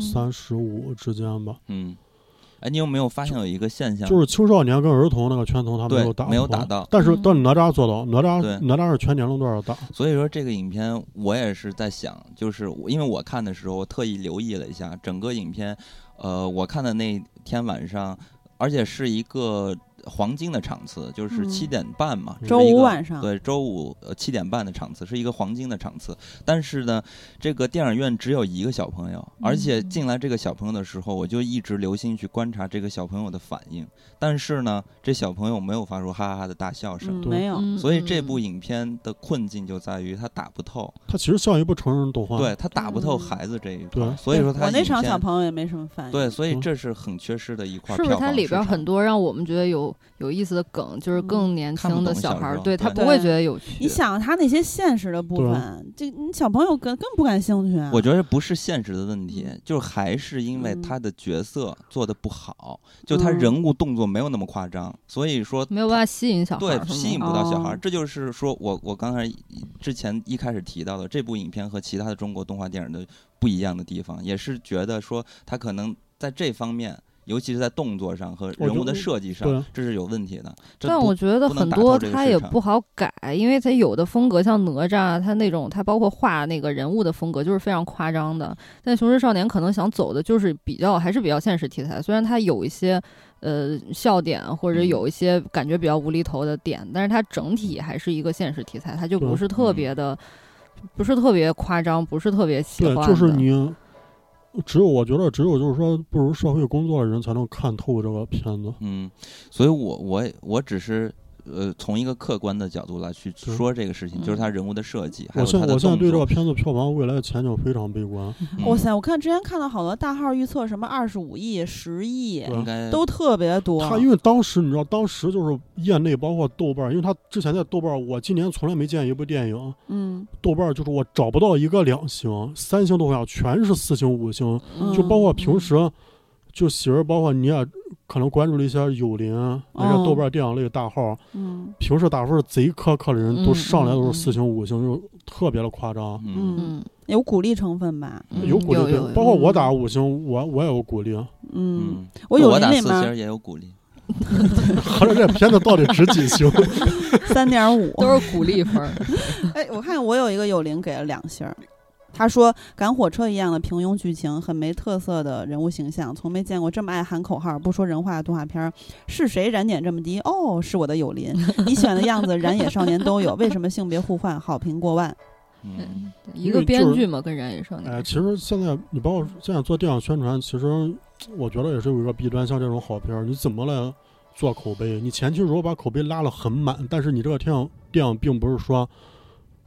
35之间吧。 哎，你有没有发现有一个现象， 就是青少年跟儿童那个圈层他没有打到，但是哪吒做到，哪吒是全年龄段打。 所以说这个影片我也是在想，就是因为我看的时候我特意留意了一下整个影片，我看的那天晚上，而且是一个黄金的场次，就是7点半嘛， 周5晚上， 对，周57点半的场次是一个黄金的场次。但是呢，这个电影院只有1个小朋友，而且进来这个小朋友的时候，我就一直留心去观察这个小朋友的反应。但是呢，这小朋友没有发出哈哈哈的大笑声， 没有。 所以这部影片的困境就在于它打不透， 它其实像一部成人动画， 对，它打不透孩子这一块。所以说它我那场小朋友也没什么反应。 对，所以这是很缺失的一块票房市场。是不是它里边很多让我们觉得有意思的梗，就是更年轻的小孩，对他不会觉得有趣。 你想他那些现实的部分，这你小朋友更不感兴趣啊。 我觉得不是现实的问题，就是还是因为他的角色做的不好，就他人物动作没有那么夸张，所以说没有办法吸引小孩， 对，吸引不到小孩。这就是说我刚才之前一开始提到的这部影片和其他的中国动画电影的不一样的地方，也是觉得说他可能在这方面，尤其是在动作上和人物的设计上，这是有问题的。 但我觉得很多它也不好改，因为它有的风格像哪吒，它那种它包括画那个人物的风格就是非常夸张的。但雄狮少年可能想走的就是还是比较现实题材，虽然它有一些笑点或者有一些感觉比较无厘头的点，但是它整体还是一个现实题材，它就不是特别的，不是特别夸张，不是特别奇幻的。 对，就是你。我觉得只有就是说步入社会工作的人才能看透这个片子。 所以我只是从一个客观的角度来去说这个事情，就是他人物的设计，还有他的动作。 我现在对这个片子票房未来的前景非常悲观。 哇塞！我之前看到好多大号预测什么25亿、10亿，都特别多。 他因为当时你知道，当时就是业内包括豆瓣，因为他之前在豆瓣，我今年从来没见一部电影，豆瓣就是我找不到一个2星、3星都会全是4星、5星，就包括平时。就喜儿，包括你也可能关注了一些友邻那些豆瓣电影类大号，平时打分贼苛刻的人都上来都是4星、5星，就特别的夸张。 有鼓励成分吧？ 有鼓励，包括我打5星，我也有鼓励。 我打4星也有鼓励。 合着这片子到底值几星 ？3.5， 都是鼓励分。 哎，我看我有一个友邻给了2星。他说赶火车一样的平庸剧情，很没特色的人物形象，从没见过这么爱喊口号不说人话的动画片。是谁燃点这么低？哦，是我的友邻。你选的样子燃野少年都有，为什么性别互换好评过万？ 一个编剧嘛，跟燃野少年。 其实现在你包括现在做电影宣传，其实我觉得也是有一个弊端，像这种好片你怎么来做口碑？你前期如果把口碑拉了很满，但是你这个电影并不是说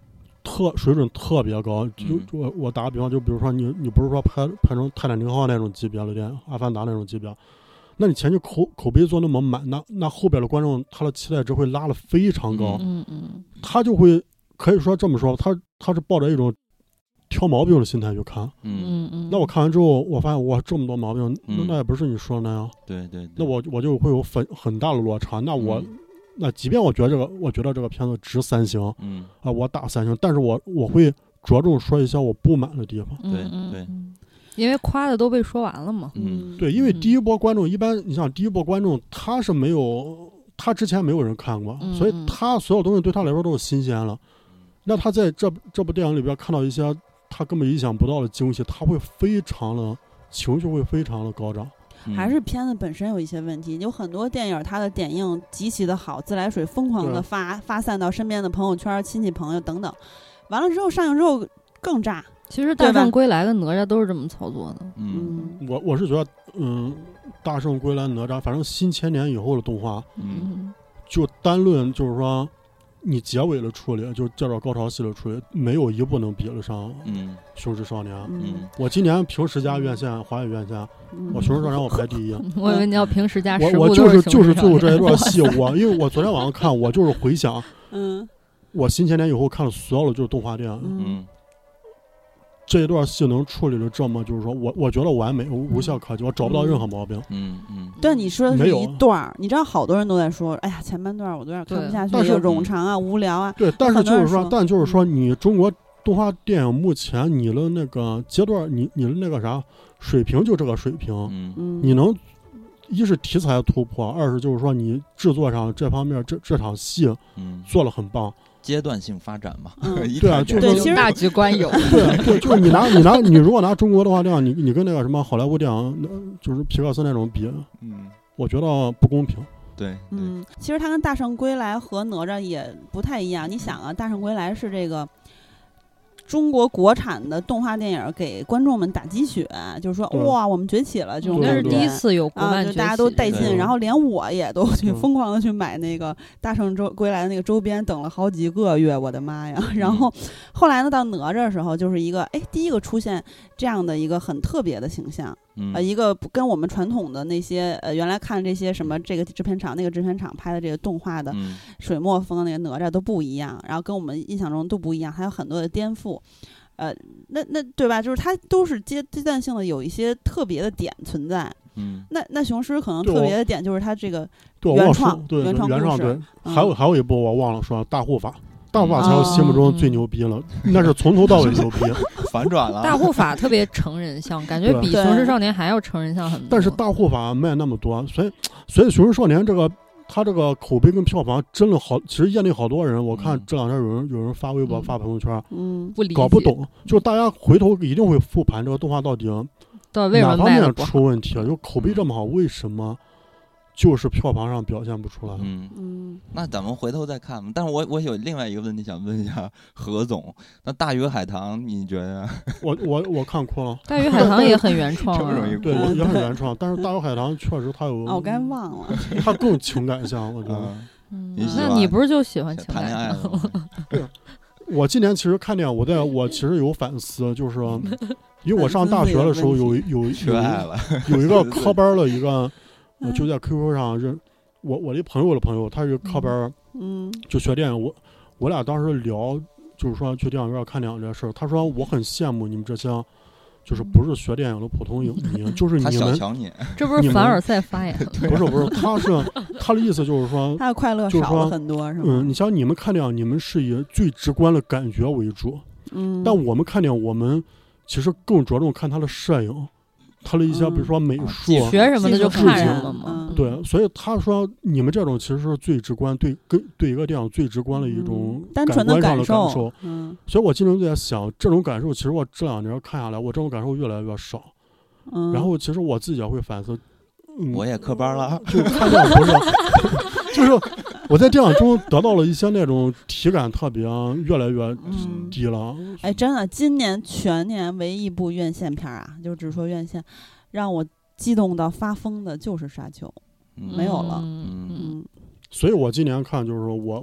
水准特别高。就我打个比方，就比如说你不是说拍成泰坦尼克号那种级别的电影，阿凡达那种级别，那你前期口碑做那么满，那后边的观众他的期待值会拉得非常高。他就会可以说这么说，他是抱着一种挑毛病的心态去看。那我看完之后，我发现哇，这么多毛病，那也不是你说的那样。 对， 那我就会有很大的落差。那即便我觉得这个片子值3星，我打3星，但是我会着重说一些我不满的地方。 对， 因为夸的都被说完了嘛。 对，因为第一波观众一般，你像第一波观众他之前没有人看过，所以他所有东西对他来说都是新鲜了。那他在这部电影里边看到一些他根本意想不到的惊喜，他会非常的情绪会非常的高涨。 还是片子本身有一些问题，有很多电影它的点映极其的好，自来水疯狂的发散到身边的朋友圈、亲戚朋友等等，完了之后上映之后更炸。 其实大圣归来跟哪吒都是这么操作的。 我是觉得大圣归来哪吒，反正新千年以后的动画，就单论就是说你结尾的处理，就这段高潮戏的处理，没有一部能比得上雄狮少年。我今年凭10家院线，华语院线，我雄狮少年我排第一。 我以为你要凭10家10部我就是最后这一段戏，因为我昨天晚上看，我就是回想，我新千年以后看了所有的就是动画电影，这一段戏能处理的这么，就是说我觉得完美，无懈可击，我找不到任何毛病。 对，你说的是一段，你知道好多人都在说，哎呀，前半段我都有点看不下去，有冗长啊，无聊啊。 对，但是就是说，你中国动画电影目前你的那个阶段，你的那个啥水平就这个水平，你能一是题材突破，二是就是说你制作上这方面这场戏做了很棒。 阶段性发展嘛， 对啊，就是其实大局观有， 对，就是你如果拿中国的话，这样你跟那个什么好莱坞电影，就是皮克斯那种比，我觉得不公平。 对， 其实它跟大圣归来和哪吒也不太一样。你想啊，大圣归来是这个中国国产的动画电影给观众们打鸡血，就是说哇，我们崛起了这种感觉。 那是第一次有国漫崛起， 就大家都带劲，然后连我也都去疯狂的去买那个大圣归来的那个周边，等了好几个月，我的妈呀！然后后来呢，到哪吒的时候，就是一个第一个出现这样的一个很特别的形象。一个跟我们传统的那些原来看这些什么这个制片厂那个制片厂拍的这个动画的水墨风那个哪吒都不一样，然后跟我们印象中都不一样，还有很多的颠覆。那对吧？就是它都是阶段性的有一些特别的点存在。那雄狮可能特别的点就是它这个原创故事。 对，还有一部我忘了说，大护法。大护法才是心目中最牛逼了，那是从头到尾牛逼， 反转了。 大护法特别成人向，感觉比雄狮少年还要成人向很多。 但是大护法卖那么多，所以雄狮少年他这个口碑跟票房真的好，其实业内好多人，我看这两天有人发微博发朋友圈， 不理解， 搞不懂，就大家回头一定会复盘这个动画到底哪方面出问题了，就口碑这么好，为什么？就是票房上表现不出来。 那咱们回头再看吧。但是我有另外一个问题想问一下何总，那大鱼海棠你觉得？ 我看哭了。 大鱼海棠也很原创， 对，也很原创。但是大鱼海棠确实它有， 我刚忘了， 它更情感向，我觉得。 那你不是就喜欢情感向？ 对，我今年其实看电影，我其实有反思，就是因为我上大学的时候有一个科班的一个。我就在 QQ 上认我一朋友的朋友，他是科班，就学电影。我俩当时聊，就是说去电影院看电影这事儿。他说我很羡慕你们这些，就是不是学电影的普通影迷，就是你们。他小瞧你， 这不是凡尔赛发言？ 不是，他的意思就是说， 他的快乐少了很多，是吗？ 你像你们看电影，你们是以最直观的感觉为主，但我们看电影，我们其实更着重看他的摄影。他的一些比如说美术学什么的就看什么嘛， 对，所以他说你们这种其实是最直观，对一个电影最直观的一种单纯的感受。所以我经常在想，这种感受其实我这2年看下来，我这种感受越来越少。然后其实我自己也会反思， 我也科班了， 就看电影不是，就是我在电影中得到了一些那种体感特别越来越低了。 真的，今年全年唯一一部院线片啊，就只说院线，让我激动到发疯的就是《沙丘》，没有了。 所以我今年看就是说我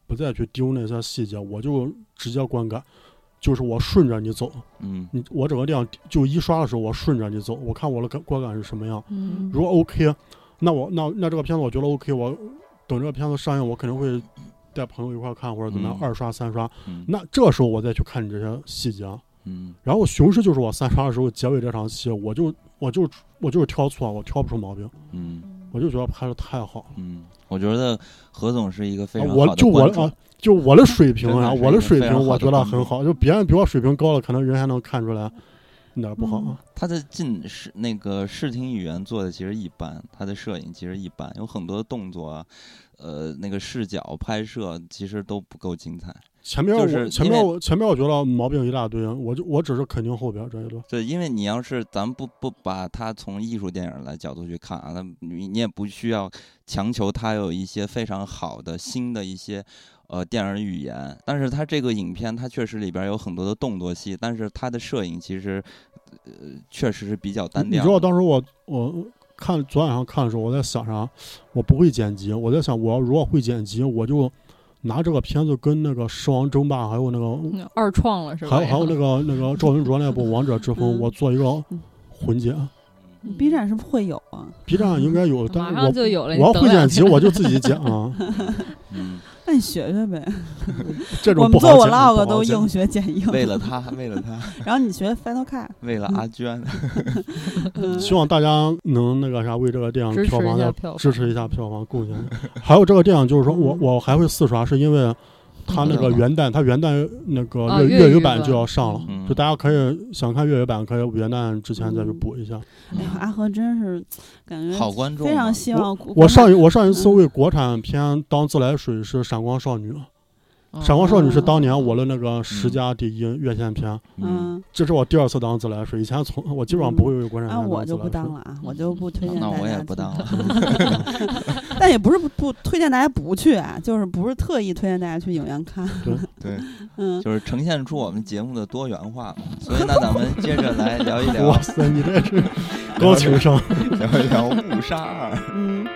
不再去丢那些细节，我就直接观感，就是我顺着你走，我整个电影就一刷的时候我顺着你走，我看我的观感是什么样，如果 OK， 那这个片子我觉得 OK， 我等这个片子上映，我肯定会带朋友一块看或者怎么样，2刷3刷，那这个时候我再去看你这些细节，然后雄狮就是我3刷的时候结尾这场戏，我就是挑错，我挑不出毛病，我就觉得拍的太好了， 我觉得何总是一个非常好的观众， 就我的水平啊，我的水平我觉得很好，就别人比我水平高了，可能人还能看出来哪不好啊。 他的那个视听语言做的其实一般，他的摄影其实一般，有很多的动作啊，那个视角拍摄其实都不够精彩。前面我觉得毛病一大堆，我只是肯定后边这一段。 对，因为你要是咱们不把它从艺术电影来角度去看啊，那你也不需要强求它有一些非常好的新的一些电影语言，但是它这个影片它确实里边有很多的动作戏，但是它的摄影其实确实是比较单调。 你知道当时我看昨晚上看的时候，我在想啥？我不会剪辑，我在想我如果会剪辑，我就拿这个片子跟那个《狮王争霸》还有那个二创了是吧？ 还有那个赵文卓那部《王者之风》，我做一个混剪。 B 站是不是会有啊 ？B 站应该有，但马上就有了。 我要会剪辑，我就自己剪啊。 那你学学呗。 这种我们做 vlog 都硬学剪映。 为了他。 然后你学 Final Cut。 为了阿娟。 希望大家能那个啥，为这个电影票房支持一下票房贡献。还有这个电影就是说我还会4刷，是因为他那个元旦那个粤语版就要上了，就大家可以想看粤语版，可以元旦之前再去补一下。 哎呀，阿和真是感觉好观众， 非常希望我上一次为国产片当自来水是《闪光少女》。闪光少女是当年我的那个10佳第一院线片，这是我第2次当自来水，以前我基本上不会为国产片当自来水。 我就不当了啊，我就不推荐大家。 那我也不当了。 但也不是不推荐大家不去啊，就是不是特意推荐大家去影院看。 对，就是呈现出我们节目的多元化嘛。所以呢，咱们接着来聊一聊。 哇塞，你这是高情商。 聊一聊《误杀2》。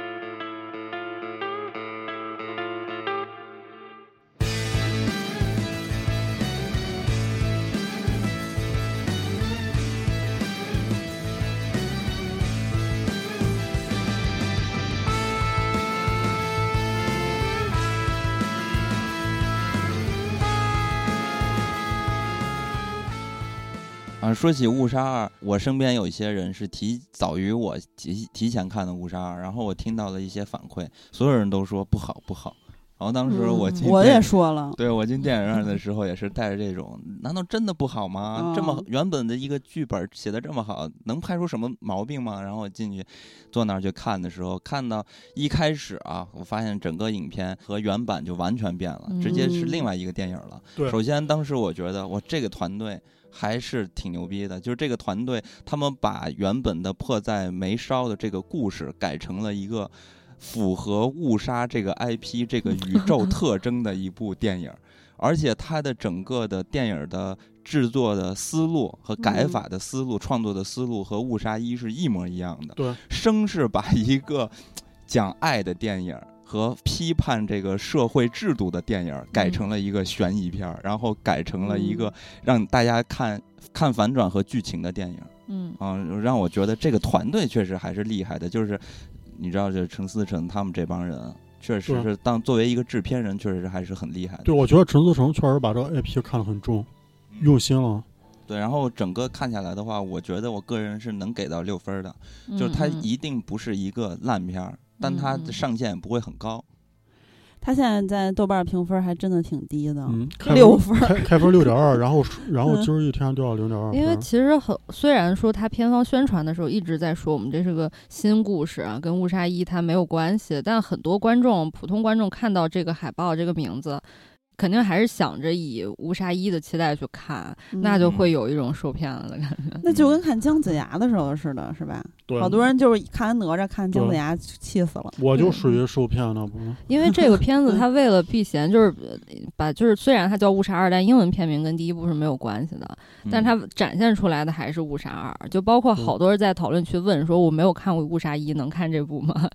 说起《误杀2》，我身边有一些人是早于我提前看的《误杀2》，然后我听到了一些反馈，所有人都说不好。然后当时我也说了， 对，我进电影院的时候也是带着这种，难道真的不好吗？这么原本的一个剧本写的这么好，能拍出什么毛病吗？然后我进去坐那儿去看的时候，看到一开始啊，我发现整个影片和原版就完全变了，直接是另外一个电影了。首先当时我觉得我这个团队还是挺牛逼的，就是这个团队他们把原本的迫在眉梢的这个故事改成了一个符合误杀这个 IP 这个宇宙特征的一部电影，而且它的整个的电影的制作的思路和改法的思路、创作的思路和误杀1是一模一样的。 对， 生是把一个讲爱的电影和批判这个社会制度的电影改成了一个悬疑片，然后改成了一个让大家看反转和剧情的电影。让我觉得这个团队确实还是厉害的，就是你知道，这陈思诚他们这帮人确实是作为一个制片人，确实还是很厉害的。 对，我觉得陈思诚确实把这个 IP 看得很重，用心了。 对，然后整个看下来的话，我觉得我个人是能给到6分的，就是它一定不是一个烂片，但它的上限也不会很高。 他现在在豆瓣评分还真的挺低的，6分， 开分6.2，然后今儿一天掉到0.2。 因为其实虽然说他片方宣传的时候一直在说我们这是个新故事啊，跟误杀1它没有关系，但很多普通观众看到这个海报这个名字，肯定还是想着以误杀1的期待去看，那就会有一种受骗了的感觉。 那就跟看姜子牙的时候似的，是吧？好多人就是看完哪吒看姜子牙气死了。 我就属于受骗了，不？ 因为这个片子它为了避嫌，就是虽然它叫误杀2，但英文片名跟第一部是没有关系的，但它展现出来的还是误杀2。就包括好多人在讨论区问说，我没有看过误杀1，能看这部吗？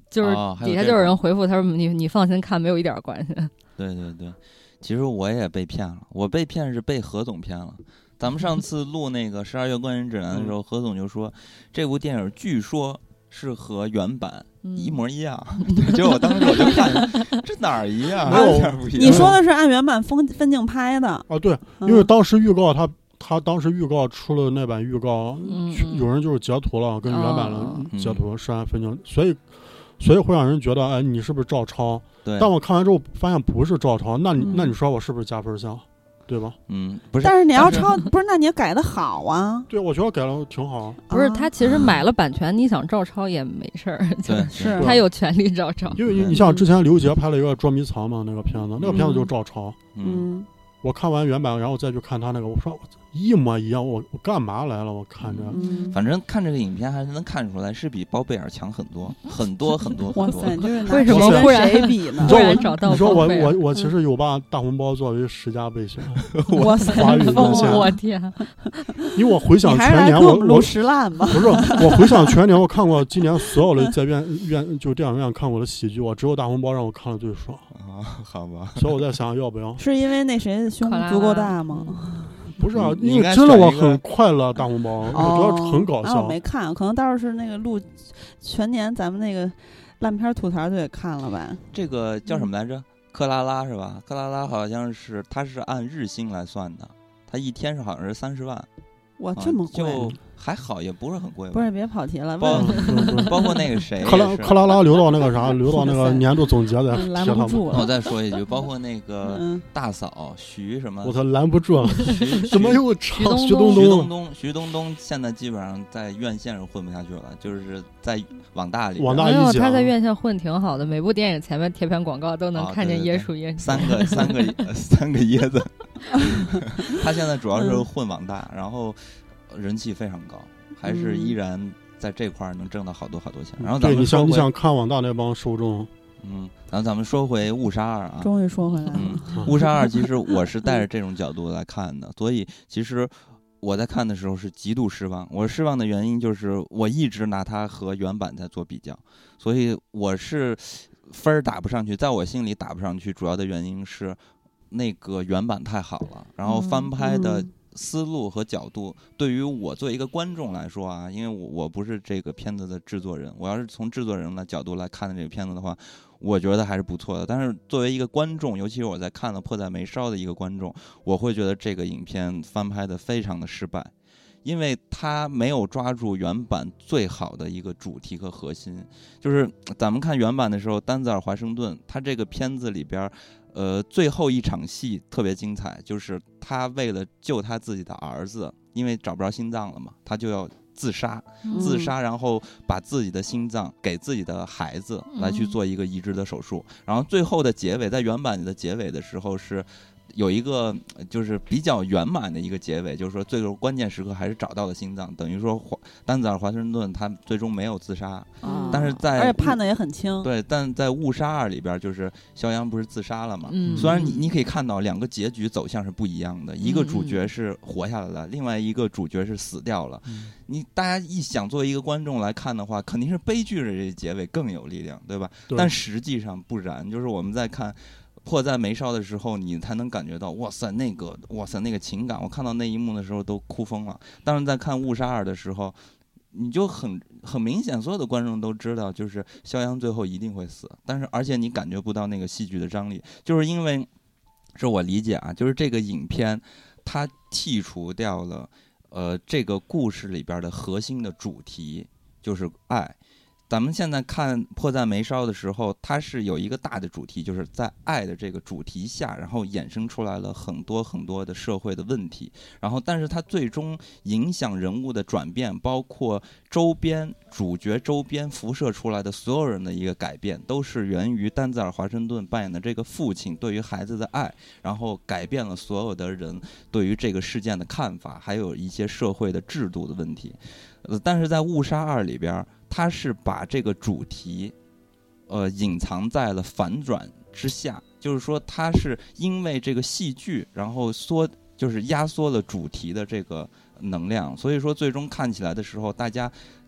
就是底下就有人回复他说你放心看，没有一点关系。 对对对，其实我也被骗了，我被骗是被何总骗了。咱们上次录那个12月观影指南的时候，何总就说这部电影据说是和原版一模一样，结果我当时我就看这哪儿一样？ 你说的是按原版分镜拍的啊？对，因为当时预告他当时预告出了那版预告，有人就是截图了，跟原版的截图是按分镜，所以会让人觉得哎，你是不是照抄？ 对。 但我看完之后发现不是照抄，那你说我是不是加分项？对吧？ 不是。 但是你要抄，不是？那你也改的好啊。 对，我觉得改的挺好。 不是，他其实买了版权，你想照抄也没事儿， 是他有权利照抄。 因为你像之前刘杰拍了一个捉迷藏嘛，那个片子就照抄。我看完原版，然后再去看他那个，我说一模一样，我干嘛来了？我看着， 反正看这个影片还是能看出来，是比包贝尔强很多很多很多。 哇塞，就是为什么忽然谁比呢？ 忽然找到？ 你说我其实有把大红包作为10佳备选。 哇塞， 我天！ 因为我回想全年， 我录10烂吧？ 不是，我回想全年，我看过今年所有的在就电影院看过的喜剧，我只有大红包让我看的最爽啊。好吧， 所以我在想要不要？ 是因为那谁胸足够大吗？ 不是啊，因为真的我很快乐大红包，我觉得很搞笑。 我没看，可能倒是那个录全年咱们那个烂片吐槽就得看了吧。 这个叫什么来着？克拉拉是吧？克拉拉好像是他是按日薪来算的，他一天是好像是30万。 哇，这么贵？ 就还好，也不是很贵吧。 不是，别跑题了。 包括那个谁， 克拉拉留到那个啥，留到那个年度总结的。 拦不住了。 我再说一句，包括那个大嫂徐什么， 我操，拦不住了。怎么又唱徐东东现在基本上在院线上混不下去了，就是在网大里。 没有，他在院线混挺好的，每部电影前面贴片广告都能看见椰树椰树。 三个椰子。他现在主要是混网大，然后人气非常高，还是依然在这块能挣到好多好多钱。然后咱们你想看网大那帮受众， 然后咱们说回误杀2啊， 终于说回来了。 误杀2其实我是带着这种角度来看的，所以其实我在看的时候是极度失望。我失望的原因就是我一直拿它和原版在做比较，所以我是分打不上去，在我心里打不上去。主要的原因是那个原版太好了，然后翻拍的思路和角度，对于我作为一个观众来说啊，因为我不是这个片子的制作人，我要是从制作人的角度来看的这个片子的话，我觉得还是不错的。但是作为一个观众，尤其是我在看了《迫在眉梢》的一个观众，我会觉得这个影片翻拍的非常的失败，因为他没有抓住原版最好的一个主题和核心。就是咱们看原版的时候，丹泽尔·华盛顿他这个片子里边最后一场戏特别精彩，就是他为了救他自己的儿子，因为找不着心脏了嘛，他就要自杀，然后把自己的心脏给自己的孩子来去做一个移植的手术。然后最后的结尾，在原版里的结尾的时候是有一个就是比较圆满的一个结尾，就是说最后关键时刻还是找到了心脏，等于说丹泽尔·华盛顿他最终没有自杀，但是而且判的也很轻。 对，但在误杀2里边，就是肖央不是自杀了嘛？虽然你可以看到两个结局走向是不一样的，一个主角是活下来了，另外一个主角是死掉了。大家一想作为一个观众来看的话，肯定是悲剧的这结尾更有力量，对吧？但实际上不然，就是我们在看迫在眉梢的时候，你才能感觉到哇塞那个情感。我看到那一幕的时候都哭疯了。但是在看误杀2的时候，你就很明显，所有的观众都知道，就是肖央最后一定会死。但是而且你感觉不到那个戏剧的张力，就是因为是我理解啊，就是这个影片它剔除掉了这个故事里边的核心的主题，就是爱。咱们现在看迫在眉梢的时候，它是有一个大的主题，就是在爱的这个主题下，然后衍生出来了很多很多的社会的问题，然后但是它最终影响人物的转变，包括主角周边辐射出来的所有人的一个改变，都是源于丹泽尔·华盛顿扮演的这个父亲对于孩子的爱，然后改变了所有的人对于这个事件的看法，还有一些社会的制度的问题。但是在误杀2里边，他是把这个主题隐藏在了反转之下，就是说他是因为这个戏剧然后就是压缩了主题的这个能量，所以说最终看起来的时候，大家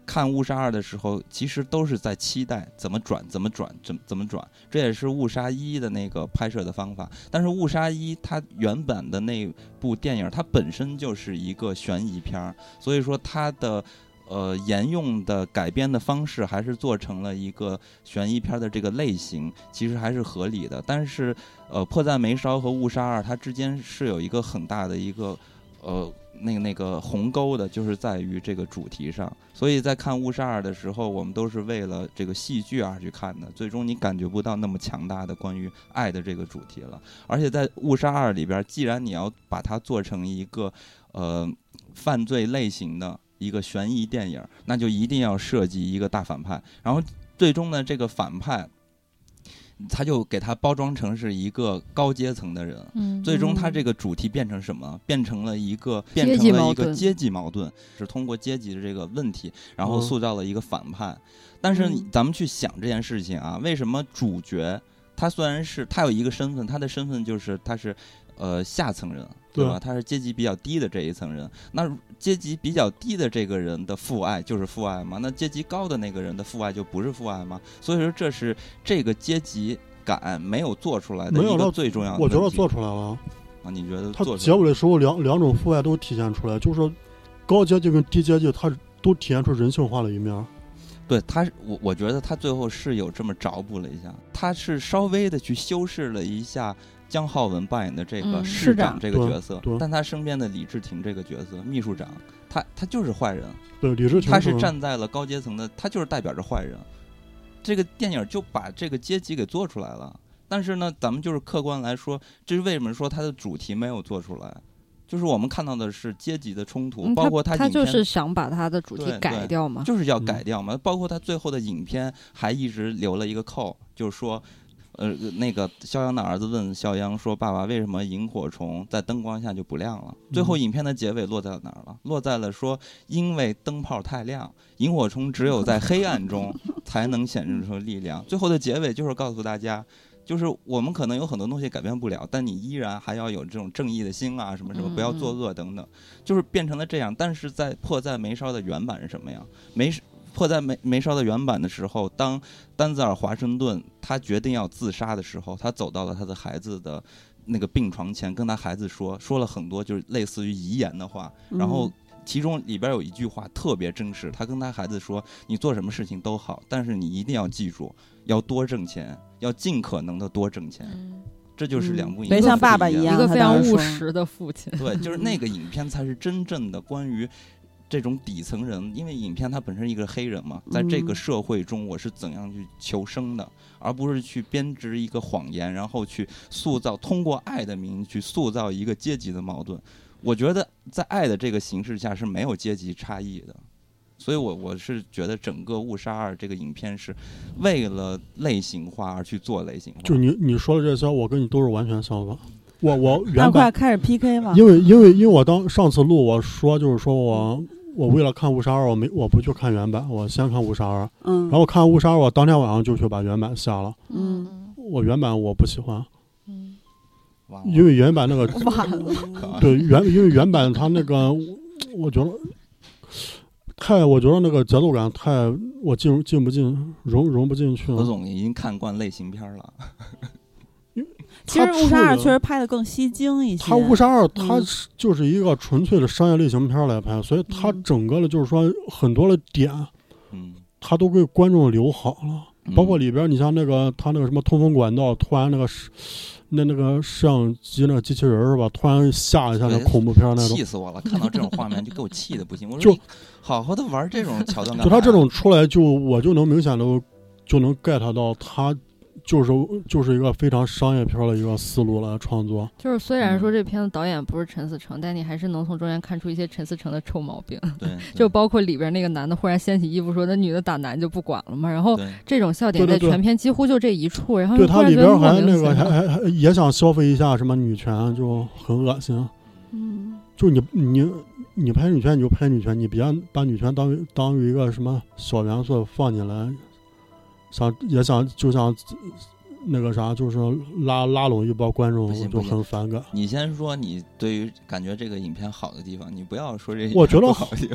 看误杀2的时候，其实都是在期待怎么转，这也是误杀1的那个拍摄的方法。但是误杀1它原版的那部电影，它本身就是一个悬疑片，所以说它的沿用的改编的方式还是做成了一个悬疑片的这个类型，其实还是合理的。但是迫在眉梢和误杀2它之间是有一个很大的一个那个鸿沟的，就是在于这个主题上。所以在看误杀2的时候，我们都是为了这个戏剧而去看的，最终你感觉不到那么强大的关于爱的这个主题了。而且在误杀2里边，既然你要把它做成一个犯罪类型的一个悬疑电影，那就一定要设计一个大反派，然后最终呢，这个反派他就给他包装成是一个高阶层的人，最终他这个主题变成什么？变成了一个阶级矛盾，是通过阶级的这个问题，然后塑造了一个反派。但是咱们去想这件事情啊，为什么主角他虽然是他有一个身份，他的身份就是他是下层人，对吧？他是阶级比较低的这一层人。那阶级比较低的这个人的父爱就是父爱吗？那阶级高的那个人的父爱就不是父爱吗？所以说这是这个阶级感没有做出来的一个最重要的问题。 我觉得做出来了啊，你觉得他结尾的时候两种父爱都体现出来，就是高阶级跟低阶级他都体现出人性化的一面。 对他，我觉得他最后是有这么找补了一下，他是稍微的去修饰了一下姜浩文扮演的这个市长这个角色，但他身边的李治廷这个角色秘书长，他就是坏人。 对，李治廷他是站在了高阶层的，他就是代表着坏人。这个电影就把这个阶级给做出来了。但是呢，咱们就是客观来说，这是为什么说他的主题没有做出来？就是我们看到的是阶级的冲突，包括他就是想把他的主题改掉嘛， 就是要改掉嘛。包括他最后的影片还一直留了一个扣，就是说，那个肖央的儿子问肖央说：“爸爸，为什么萤火虫在灯光下就不亮了？”最后影片的结尾落在了哪儿了？落在了说，因为灯泡太亮，萤火虫只有在黑暗中才能显示出力量。最后的结尾就是告诉大家。就是我们可能有很多东西改变不了，但你依然还要有这种正义的心啊，什么什么，不要作恶等等，就是变成了这样。但是在迫在眉梢的原版是什么呀？迫在眉梢的原版的时候，当丹泽尔·华盛顿他决定要自杀的时候，他走到了他的孩子的那个病床前，跟他孩子说了很多就是类似于遗言的话，然后其中里边有一句话特别真实，他跟他孩子说：“你做什么事情都好，但是你一定要记住，要多挣钱，要尽可能的多挣钱。”这就是两部影片， 别像爸爸一样， 一个非常务实的父亲。 对，就是那个影片才是真正的关于这种底层人，因为影片它本身一个黑人嘛，在这个社会中我是怎样去求生的，而不是去编织一个谎言，然后去塑造，通过爱的名义去塑造一个阶级的矛盾。我觉得在爱的这个形式下是没有阶级差异的，所以我是觉得整个《误杀2》这个影片是为了类型化而去做类型化。 就你说的这些，我跟你都是完全相反。我原快开始 PK 了， 因为我上次录我说就是说我为了看《误杀2》，我不去看原版，我先看《误杀2》，然后看《误杀2》，我当天晚上就去把原版下了。我原版我不喜欢。因为原版那个对因为原版它那个我觉得那个节奏感太我进不进融不进去了。 何总已经看惯类型片了。 其实《误杀2》确实拍的更吸睛一些。 它《误杀2》它就是一个纯粹的商业类型片来拍，所以它整个的就是说很多的点，它都给观众留好了。包括里边你像那个它那个什么通风管道，突然那个摄像机那个机器人是吧？突然吓一下，那恐怖片那种， 气死我了！看到这种画面就给我气的不行。我说就好好的玩这种桥段， 就他这种出来，我就能明显的就能 get 到他。就是一个非常商业片的一个思路来创作。 就是虽然说这片子导演不是陈思诚，但你还是能从中间看出一些陈思诚的臭毛病。 对， 就包括里边那个男的忽然掀起衣服说那女的打男就不管了嘛，然后这种笑点在全片几乎就这一处，然后对他里边还那个还也想消费一下什么女权，就很恶心。就你拍女权你就拍女权，你别把女权当于一个什么小元素放进来。就像那个啥，就是拉拢一帮观众，就很反感。 你先说你对于感觉这个影片好的地方，你不要说这我觉得好的地方。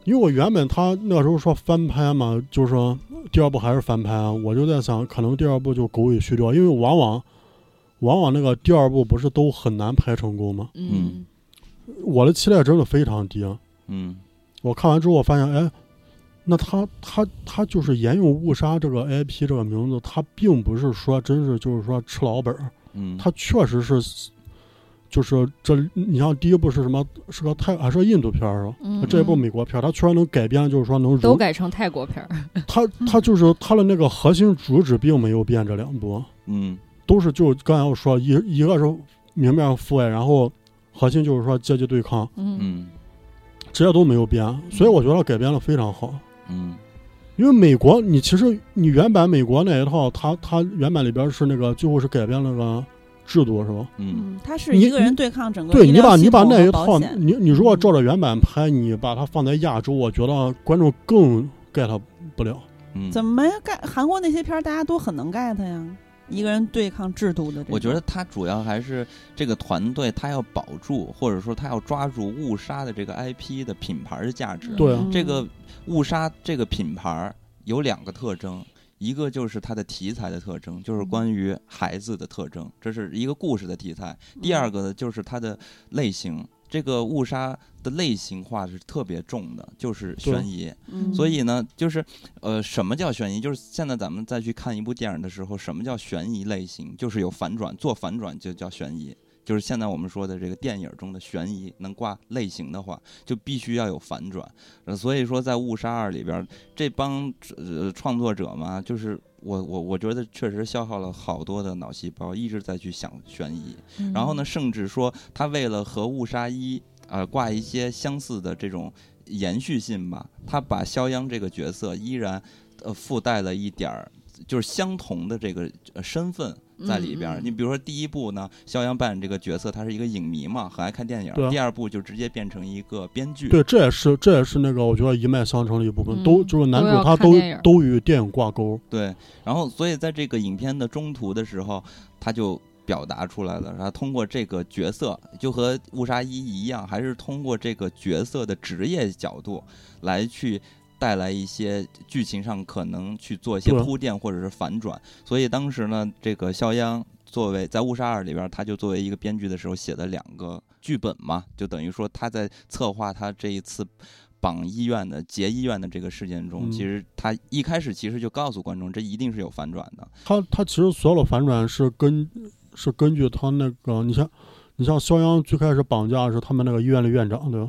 因为我原本他那时候说翻拍嘛，就是第二部还是翻拍啊，我就在想可能第二部就狗尾续貂，因为往往那个第二部不是都很难拍成功吗？我的期待真的非常低。我看完之后我发现，哎，那他就是沿用误杀这个 IP 这个名字，他并不是说真是就是说吃老本，他确实是。就是这，你像第一部是什么？是个还是个印度片是吧？这一部美国片，它确实能改编，就是说能都改成泰国片。 它就是它的那个核心主旨并没有变，这两部，都是就刚才我说一个是明面父爱，然后核心就是说阶级对抗，这些都没有变，所以我觉得改编的非常好，因为美国其实你原版美国那一套，它原版里边是那个最后是改编那个。制度是吧？ 他是一个人对抗整个对你把那一套，你如果照着原版拍，你把它放在亚洲，我觉得观众更 get 不了。 怎么呀？韩国那些片大家都很能 get 呀，一个人对抗制度的。 我觉得他主要还是这个团队，他要保住，或者说他要抓住误杀的这个 IP 的品牌的价值。 对， 这个误杀这个品牌有两个特征。一个就是它的题材的特征，就是关于孩子的特征，这是一个故事的题材。第二个呢，就是它的类型，这个误杀的类型化是特别重的，就是悬疑。所以呢，就是什么叫悬疑？就是现在咱们再去看一部电影的时候，什么叫悬疑类型？就是有反转，做反转就叫悬疑。就是现在我们说的这个电影中的悬疑能挂类型的话，就必须要有反转。所以说在《误杀2》里边，这帮创作者嘛，就是我觉得确实消耗了好多的脑细胞，一直在去想悬疑。然后呢，甚至说他为了和《误杀1》挂一些相似的这种延续性吧，他把肖央这个角色依然附带了一点就是相同的这个身份在里边。你比如说第一部呢，肖央扮演这个角色，他是一个影迷嘛，很爱看电影。第二部就直接变成一个编剧。 对，这也是那个我觉得一脉相承的一部分，就是男主他都与电影挂钩。 对，然后所以在这个影片的中途的时候，他就表达出来了，然后通过这个角色，就和误杀1一样，还是通过这个角色的职业角度来去带来一些剧情上可能去做一些铺垫或者是反转。所以当时呢，这个肖央作为在《误杀2》里边，他就作为一个编剧的时候写了2个剧本嘛，就等于说他在策划他这一次劫医院的这个事件中，其实他一开始其实就告诉观众，这一定是有反转的。 他其实所有的反转是根据他那个，你像肖央最开始绑架是他们那个医院的院长，对吧？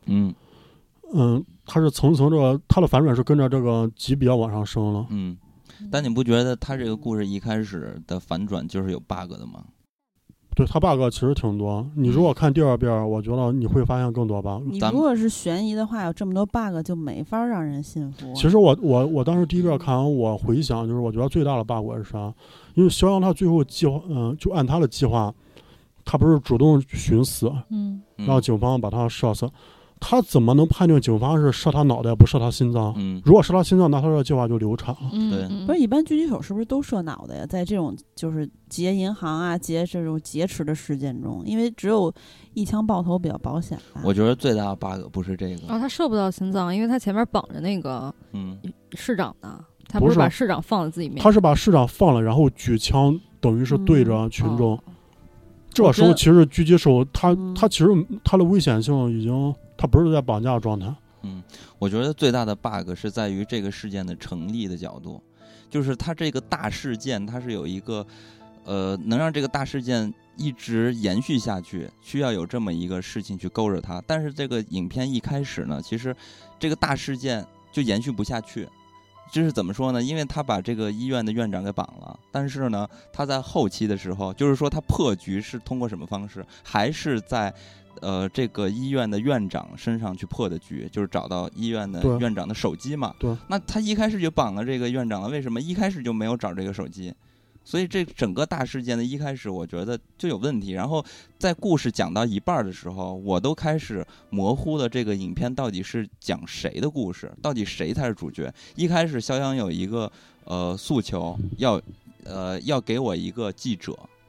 他是层这个，他的反转是跟着这个级别往上升了。 但你不觉得他这个故事一开始的反转就是有 bug 的吗？ 对，他 bug 其实挺多。你如果看第二遍，我觉得你会发现更多 bug。 你如果是悬疑的话，有这么多 bug 就没法让人信服。 其实我当时第一遍看完，我回想就是我觉得最大的 bug 是啥？因为肖央他最后计划，就按他的计划，他不是主动寻死，让警方把他射死。他怎么能判定警方是射他脑袋不射他心脏？如果射他心脏，那他这个计划就流产了。 对， 不是一般狙击手是不是都射脑袋呀？在这种就是劫银行啊、劫这种劫持的事件中，因为只有一枪爆头比较保险。 我觉得最大的 bug 不是这个他射不到心脏，因为他前面绑着那个市长呢，他不是把市长放在自己面前， 他是把市长放了，然后举枪，等于是对着群众。这个时候其实狙击手他其实他的危险性已经。他不是在绑架状态。 我觉得最大的 bug 是在于这个事件的成立的角度，就是它这个大事件，它是有一个能让这个大事件一直延续下去，需要有这么一个事情去勾着它。但是这个影片一开始呢，其实这个大事件就延续不下去。这是怎么说呢？因为他把这个医院的院长给绑了，但是呢，他在后期的时候，就是说他破局是通过什么方式？还是在这个医院的院长身上去破的局，就是找到医院的院长的手机嘛。 对。 那他一开始就绑了这个院长了，为什么一开始就没有找这个手机？所以这整个大事件的一开始，我觉得就有问题。然后在故事讲到一半的时候，我都开始模糊了这个影片到底是讲谁的故事，到底谁才是主角。一开始肖央有一个诉求，要给我一个记者，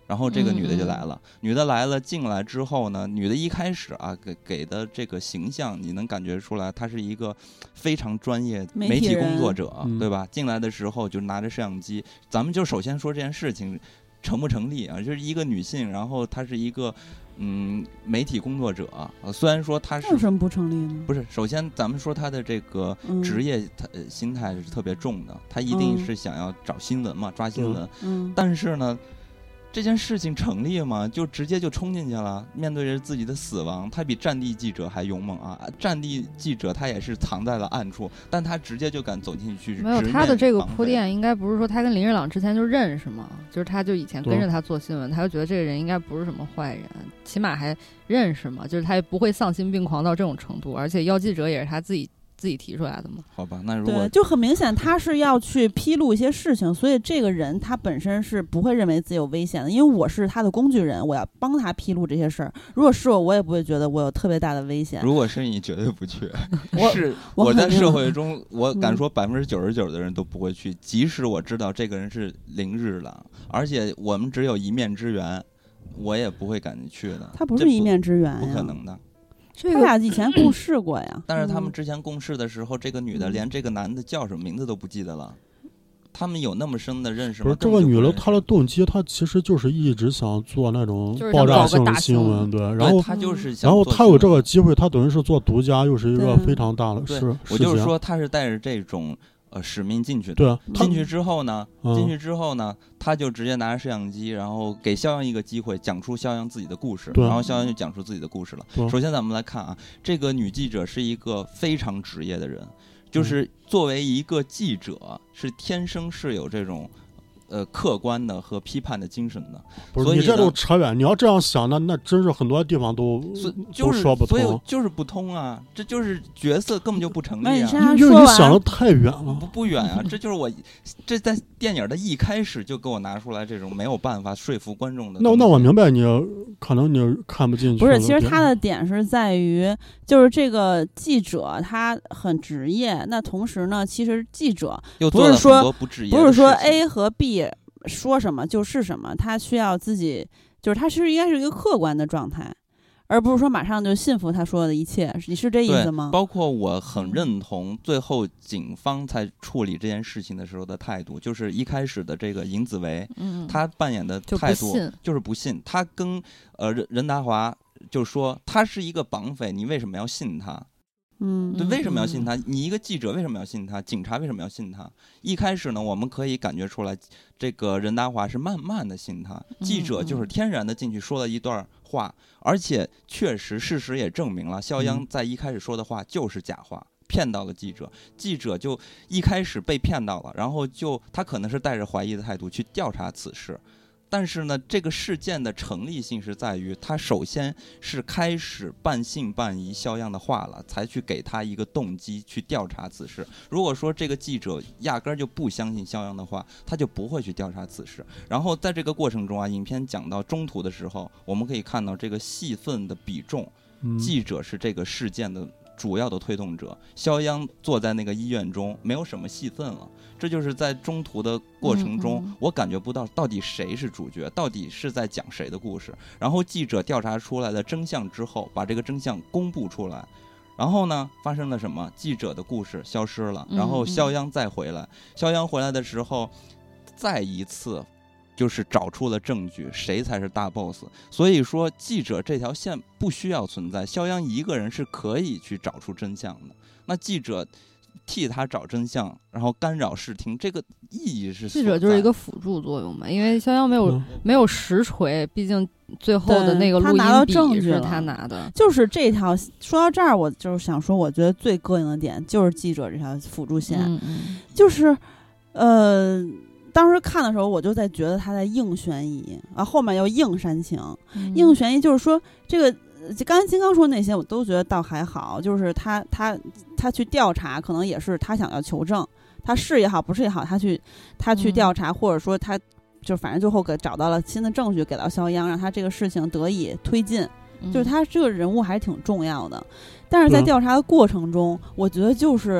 然后这个女的就来了，女的来了进来之后呢，女的一开始啊给的这个形象，你能感觉出来，她是一个非常专业媒体工作者，对吧？进来的时候就拿着摄像机，咱们就首先说这件事情成不成立啊？就是一个女性，然后她是一个媒体工作者，虽然说她是为什么不成立呢？ 不是，首先咱们说她的这个职业心态是特别重的，她一定是想要找新闻嘛，抓新闻，但是呢。这件事情成立吗？就直接就冲进去了，面对着自己的死亡，他比战地记者还勇猛啊！战地记者他也是藏在了暗处，但他直接就敢走进去。 没有他的这个铺垫，应该不是说他跟林日朗之前就认识吗？就是他就以前跟着他做新闻，他就觉得这个人应该不是什么坏人，起码还认识嘛，就是他也不会丧心病狂到这种程度，而且要记者也是他自己提出来的嘛。 好吧，那如果就很明显他是要去披露一些事情，所以这个人他本身是不会认为自己有危险的，因为我是他的工具人，我要帮他披露这些事儿。如果是我也不会觉得我有特别大的危险。 如果是你，绝对不去。我在社会中，我敢说99%的人都不会去，即使我知道这个人是林日朗，而且我们只有一面之缘，我也不会敢去的。 他不是一面之缘呀， 不可能的。 他俩以前共事过呀， 但是他们之前共事的时候，这个女的连这个男的叫什么名字都不记得了。他们有那么深的认识吗？ 不是，这个女的她的动机，她其实就是一直想做那种爆炸性的新闻，对。然后她就是然后她有这个机会，她等于是做独家，又是一个非常大的事。 我就是说，她是带着这种使命进去的。 对， 进去之后呢，他就直接拿着摄像机，然后给肖央一个机会，讲出肖央自己的故事，然后肖央就讲出自己的故事了。首先咱们来看啊，这个女记者是一个非常职业的人，就是作为一个记者，是天生是有这种客观的和批判的精神的。 不是，你这都扯远。你要这样想，那真是很多地方都说不通， 所以就是不通啊！这就是角色根本就不成立啊！ 因为你想的太远了。 不远啊！这就是这在电影的一开始就给我拿出来这种没有办法说服观众的。 那我明白你可能你看不进去。 不是，其实他的点是在于，就是这个记者他很职业，那同时呢，其实记者不是说 A 和 B。说什么就是什么，他需要自己，就是他是应该是一个客观的状态，而不是说马上就信服他说的一切。你是这意思吗？ 包括我很认同最后警方在处理这件事情的时候的态度，就是一开始的这个尹子维，他扮演的态度就是不信。他跟任达华就说他是一个绑匪，你为什么要信他？对，为什么要信他？你一个记者为什么要信他？警察为什么要信他？一开始呢，我们可以感觉出来，这个任达华是慢慢的信他，记者就是天然的进去说了一段话，而且确实事实也证明了，肖央在一开始说的话就是假话，骗到了记者，记者就一开始被骗到了，然后他可能是带着怀疑的态度去调查此事。但是呢，这个事件的成立性是在于，他首先是开始半信半疑肖央的话了，才去给他一个动机去调查此事。如果说这个记者压根儿就不相信肖央的话，他就不会去调查此事。然后在这个过程中啊，影片讲到中途的时候，我们可以看到这个戏份的比重，记者是这个事件的主要的推动者，肖央坐在那个医院中没有什么戏份了。这就是在中途的过程中，我感觉不到到底谁是主角，到底是在讲谁的故事。然后记者调查出来的真相之后，把这个真相公布出来，然后呢，发生了什么？记者的故事消失了，然后肖央再回来，肖央回来的时候，再一次就是找出了证据，谁才是大 boss。所以说，记者这条线不需要存在，肖央一个人是可以去找出真相的。那记者替他找真相，然后干扰视听，这个意义是记者就是一个辅助作用嘛，因为肖央没有实锤，毕竟最后的那个录音笔是他拿的。 就是这条说到这儿，我就是想说，我觉得最膈应的点就是记者这条辅助线，就是当时看的时候，我就在觉得他在硬悬疑啊，后面又硬煽情，硬悬疑就是说这个。刚才金刚说那些我都觉得倒还好，就是他去调查，可能也是他想要求证，他是也好不是也好，他去调查，或者说他就反正最后找到了新的证据给到肖央，让他这个事情得以推进，就是他这个人物还挺重要的。但是在调查的过程中，我觉得就是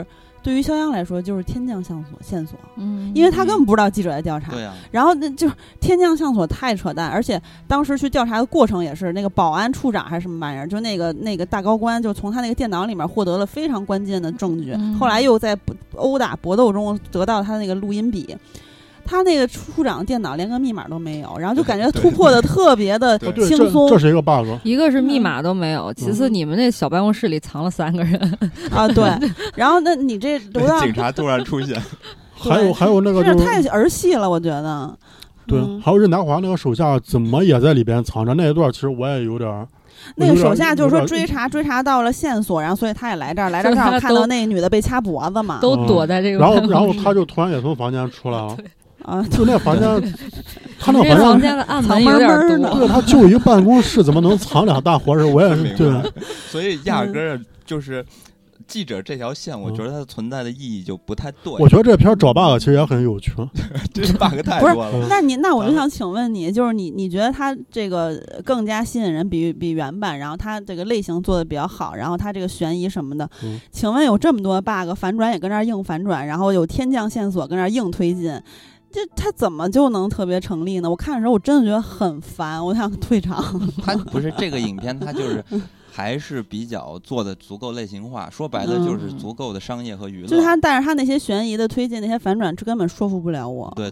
对于肖央来说就是天降线索，因为他根本不知道记者在调查， 对呀。 然后那就天降线索太扯淡，而且当时去调查的过程也是那个保安处长还是什么玩意儿，就那个大高官就从他那个电脑里面获得了非常关键的证据，后来又在殴打搏斗中得到他那个录音笔。他那个处长电脑连个密码都没有，然后就感觉突破的特别的轻松。 这是一个 bug， 一个是密码都没有，其次你们那小办公室里藏了3个人啊，对。然后那你这警察突然出现， 还有那个这太儿戏了，我觉得。 对，还有任达华那个手下怎么也在里边藏着那一段，其实我也有点。 那个手下就是说追查到了线索，然后所以他也来这儿正好看到那个女的被掐脖子嘛， 都躲在这个。 然后他就突然也从房间出来了。 啊， 就那房间，他那房间的暗门有点多。 对，他就一个办公室，怎么能藏2大活人？我也是对。 所以压根儿就是记者这条线，我觉得它存在的意义就不太对。 我觉得这片找 bug 其实也很有趣， 这 bug 太多了。 不是，那我就想请问你，就是你觉得它这个更加吸引人，比原版，然后它这个类型做的比较好，然后它这个悬疑什么的，请问有这么多 bug， 反转也跟那儿硬反转，然后有天降线索跟那儿硬推进。这他怎么就能特别成立呢？我看的时候我真的觉得很烦，我想退场。 他不是这个影片，他就是还是比较做的足够类型化，说白了就是足够的商业和娱乐。 就是他，但是他那些悬疑的推进、那些反转，这根本说服不了我。 对。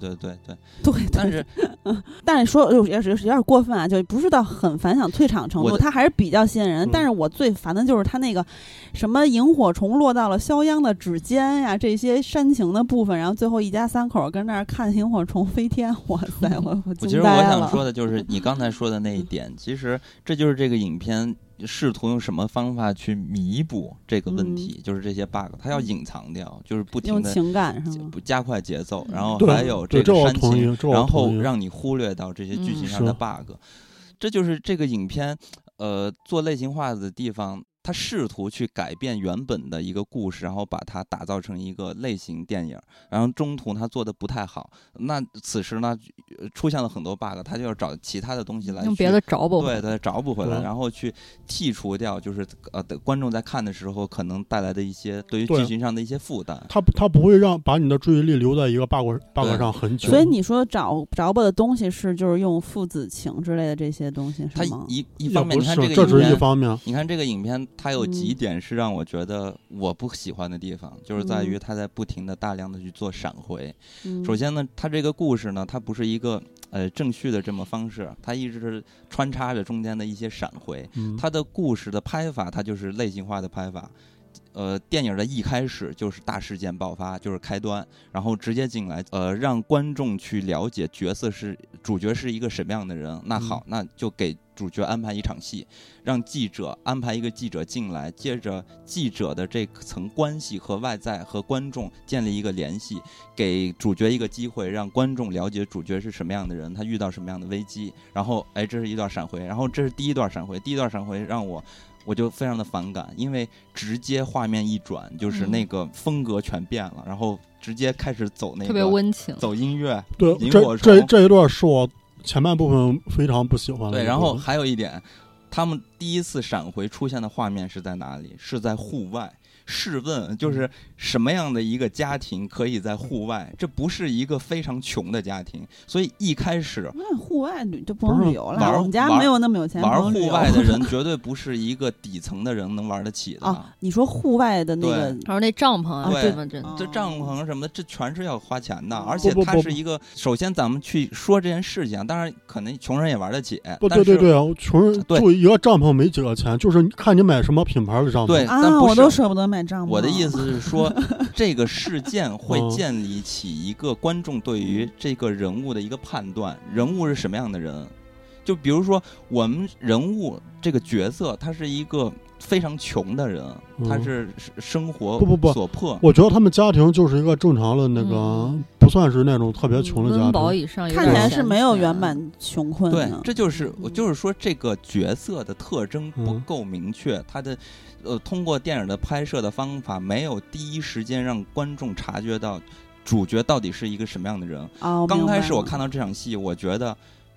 但是说有点过分啊，就不是到很反想退场程度，他还是比较吸引人。但是我最烦的就是他那个什么萤火虫落到了肖央的指尖呀，这些煽情的部分，然后最后一家3口跟那儿看萤火虫飞天，哇塞，我其实我想说的就是你刚才说的那一点，其实这就是这个影片试图用什么方法去弥补这个问题，就是这些 bug， 它要隐藏掉，就是不停的用情感是吗？ 加快节奏，然后还有这个煽情，然后让你忽略到这些剧情上的 bug，这就是这个影片做类型化的地方。他试图去改变原本的一个故事，然后把它打造成一个类型电影，然后中途他做的不太好，那此时呢出现了很多 bug， 他就要找其他的东西来用别的找补， 对，找补回来，然后去剔除掉就是观众在看的时候可能带来的一些对于剧情上的一些负担。 他不会把你的注意力留在一个 bug 上很久。 所以你说找补的东西是就是用父子情之类的这些东西是吗？ 他一方面你看这个影片， 这只是一方面。 你看这个影片。它有几点是让我觉得我不喜欢的地方，就是在于它在不停的大量的去做闪回。首先呢，它这个故事呢，它不是一个正序的这么方式，它一直是穿插着中间的一些闪回。它的故事的拍法，它就是类型化的拍法。电影的一开始就是大事件爆发，就是开端，然后直接进来，让观众去了解主角是一个什么样的人。那好，那就给主角安排一场戏，让安排一个记者进来，接着记者的这层关系和外在和观众建立一个联系，给主角一个机会，让观众了解主角是什么样的人，他遇到什么样的危机。然后这是一段闪回，然后这是第一段闪回让我就非常的反感，因为直接画面一转，就是那个风格全变了，然后直接开始走那个特别温情， 走音乐。 对，这一段是我前半部分非常不喜欢的。 对，然后还有一点，他们第一次闪回出现的画面是在哪里？是在户外。试问，就是什么样的一个家庭可以在户外？这不是一个非常穷的家庭，所以一开始户外就不能旅游了。我们家没有那么有钱， 玩户外的人绝对不是一个底层的人能玩得起的。 你说户外的那个， 还有那帐篷啊， 对，这帐篷什么的，这全是要花钱的。而且它是一个，首先咱们去说这件事情，当然可能穷人也玩得起。 对，穷人住一个帐篷没几个钱，就是看你买什么品牌的帐篷。 对，但不是我都舍不得。 我的意思是说，这个事件会建立起一个观众对于这个人物的一个判断，人物是什么样的人。就比如说我们人物这个角色，他是一个非常穷的人，他是生活所迫。 我觉得他们家庭就是一个正常的那个，不算是那种特别穷的家庭， 温饱以上看起来是没有原版穷困的。 对，这就是我就是说这个角色的特征不够明确，他的通过电影的拍摄的方法，没有第一时间让观众察觉到主角到底是一个什么样的人。刚开始我看到这场戏，我觉得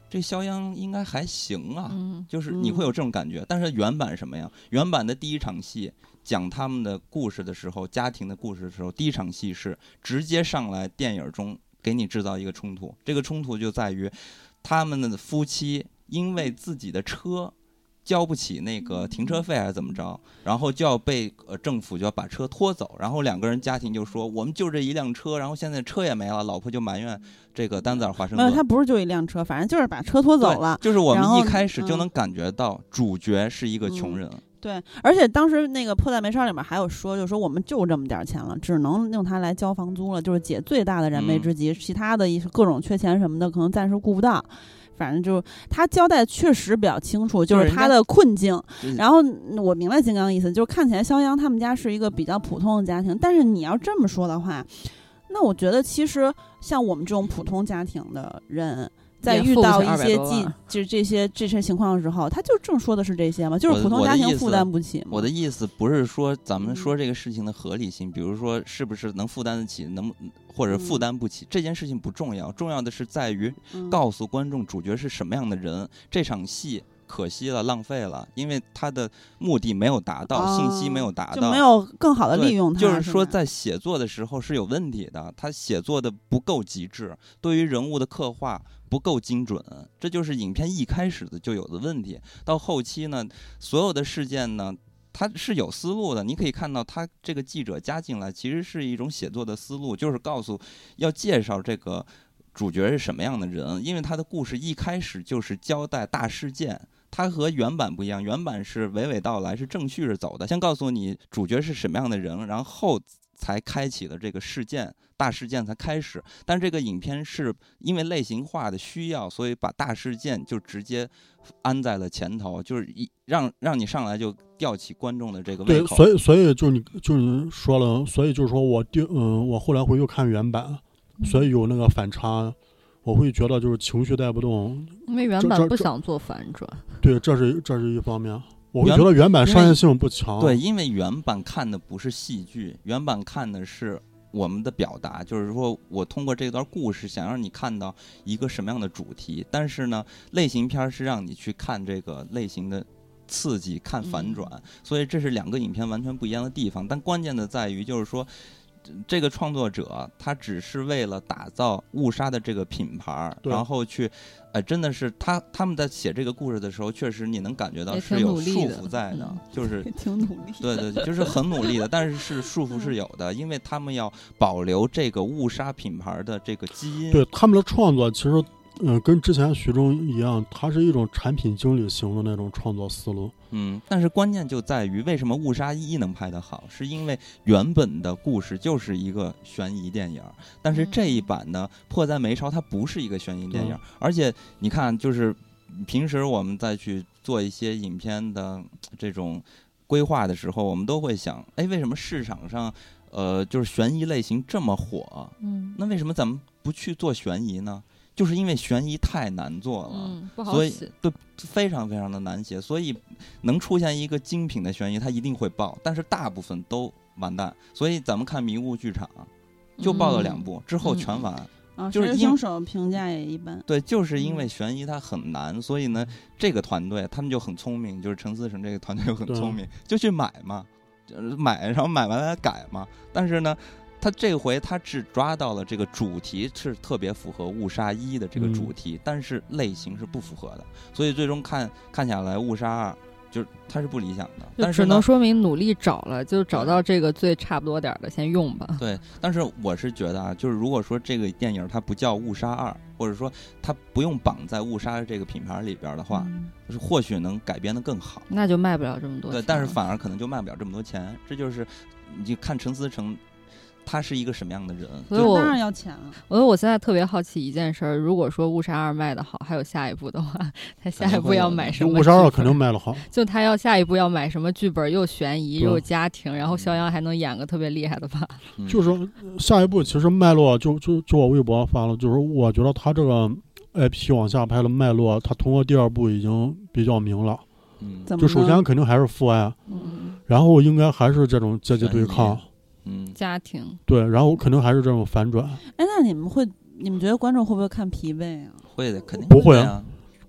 这肖央应该还行啊，就是你会有这种感觉。但是原版什么呀？原版的第一场戏讲他们的故事的时候，家庭的故事的时候，第一场戏是直接上来电影中给你制造一个冲突，这个冲突就在于他们的夫妻因为自己的车交不起那个停车费还是怎么着，然后就要被政府就要把车拖走，然后两个人家庭就说我们就这一辆车，然后现在车也没了，老婆就埋怨这个丹泽尔华盛顿。 他不是就一辆车，反正就是把车拖走了。 就是我们一开始就能感觉到主角是一个穷人。 对，而且当时那个迫在眉梢里面还有说，就是说我们就这么点钱了，只能用它来交房租了，就是解最大的燃眉之急，其他的各种缺钱什么的可能暂时顾不到。反正就他交代确实比较清楚，就是他的困境。然后我明白金刚的意思，就是看起来肖央他们家是一个比较普通的家庭，但是你要这么说的话，那我觉得其实像我们这种普通家庭的人，在遇到一些这些情况的时候，他就正说的是这些嘛，就是普通家庭负担不起嘛。 我的意思不是说咱们说这个事情的合理性，比如说是不是能负担得起，或者负担不起，这件事情不重要，重要的是在于告诉观众主角是什么样的人。这场戏可惜了，浪费了，因为他的目的没有达到，信息没有达到， 就没有更好的利用它。 就是说在写作的时候是有问题的，他写作的不够极致，对于人物的刻画不够精准，这就是影片一开始的就有的问题。到后期呢，所有的事件呢他是有思路的，你可以看到他这个记者加进来其实是一种写作的思路，就是要介绍这个主角是什么样的人，因为他的故事一开始就是交代大事件，它和原版不一样，原版是娓娓道来，是正序是走的，先告诉你主角是什么样的人，然后才开启了这个事件，大事件才开始。但这个影片是因为类型化的需要，所以把大事件就直接安在了前头，就是让你上来就吊起观众的这个胃口。 对，所以就你说了，所以就是说我后来回去看原版，所以有那个反差。我会觉得就是情绪带不动， 因为原版不想做反转。 对，这是一方面。我会觉得原版商业性不强。 对，因为原版看的不是戏剧，原版看的是我们的表达，就是说我通过这段故事想让你看到一个什么样的主题。但是呢，类型片是让你去看这个类型的刺激，看反转，所以这是两个影片完全不一样的地方。但关键的在于就是说，这个创作者他只是为了打造误杀的这个品牌，然后去真的是他们在写这个故事的时候，确实你能感觉到是有束缚在的，就是挺努力的， 对，就是很努力的，但是束缚是有的，因为他们要保留这个误杀品牌的这个基因。 对，他们的创作其实跟之前徐峥一样，它是一种产品经理型的那种创作思路。 但是关键就在于为什么误杀1能拍得好，是因为原本的故事就是一个悬疑电影，但是这一版呢，迫在眉梢它不是一个悬疑电影，而且你看，就是平时我们再去做一些影片的这种规划的时候，我们都会想，为什么市场上就是悬疑类型这么火？那为什么咱们不去做悬疑呢？就是因为悬疑太难做了， 不好所以对非常非常的难写，所以能出现一个精品的悬疑，它一定会爆，但是大部分都完蛋。所以咱们看迷雾剧场，就爆了2部，之后全完。就是凶手评价也一般。 对，就是因为悬疑它很难，所以呢，这个团队他们就很聪明，就是陈思诚这个团队就很聪明，就去买嘛，然后买完了改嘛。但是呢，他这回他只抓到了这个主题是特别符合误杀1的这个主题，但是类型是不符合的，所以最终看下来误杀2就是它是不理想的。但是只能说明努力找了，就找到这个最差不多点的先用吧。 对，但是我是觉得就是如果说这个电影它不叫误杀2，或者说它不用绑在误杀这个品牌里边的话，就是或许能改编得更好， 那就卖不了这么多钱。 对，但是反而可能就卖不了这么多钱。这就是你就看陈思诚他是一个什么样的人， 所以我当然要钱了。 我现在特别好奇一件事，如果说误杀2卖得好，还有下一步的话，他下一步要买什么？ 误杀2肯定卖得好， 就他要下一步要买什么剧本，又悬疑又家庭，然后肖央还能演个特别厉害的吧？ 就是下一步其实脉络就我微博发了，就是我觉得他这个 IP 往下拍的脉络，他通过第2部已经比较明了。就首先肯定还是父爱，然后应该还是这种阶级对抗。 家庭对，然后肯定还是这种反转。 那你们觉得观众会不会看疲惫啊？ 会的，肯定不会啊。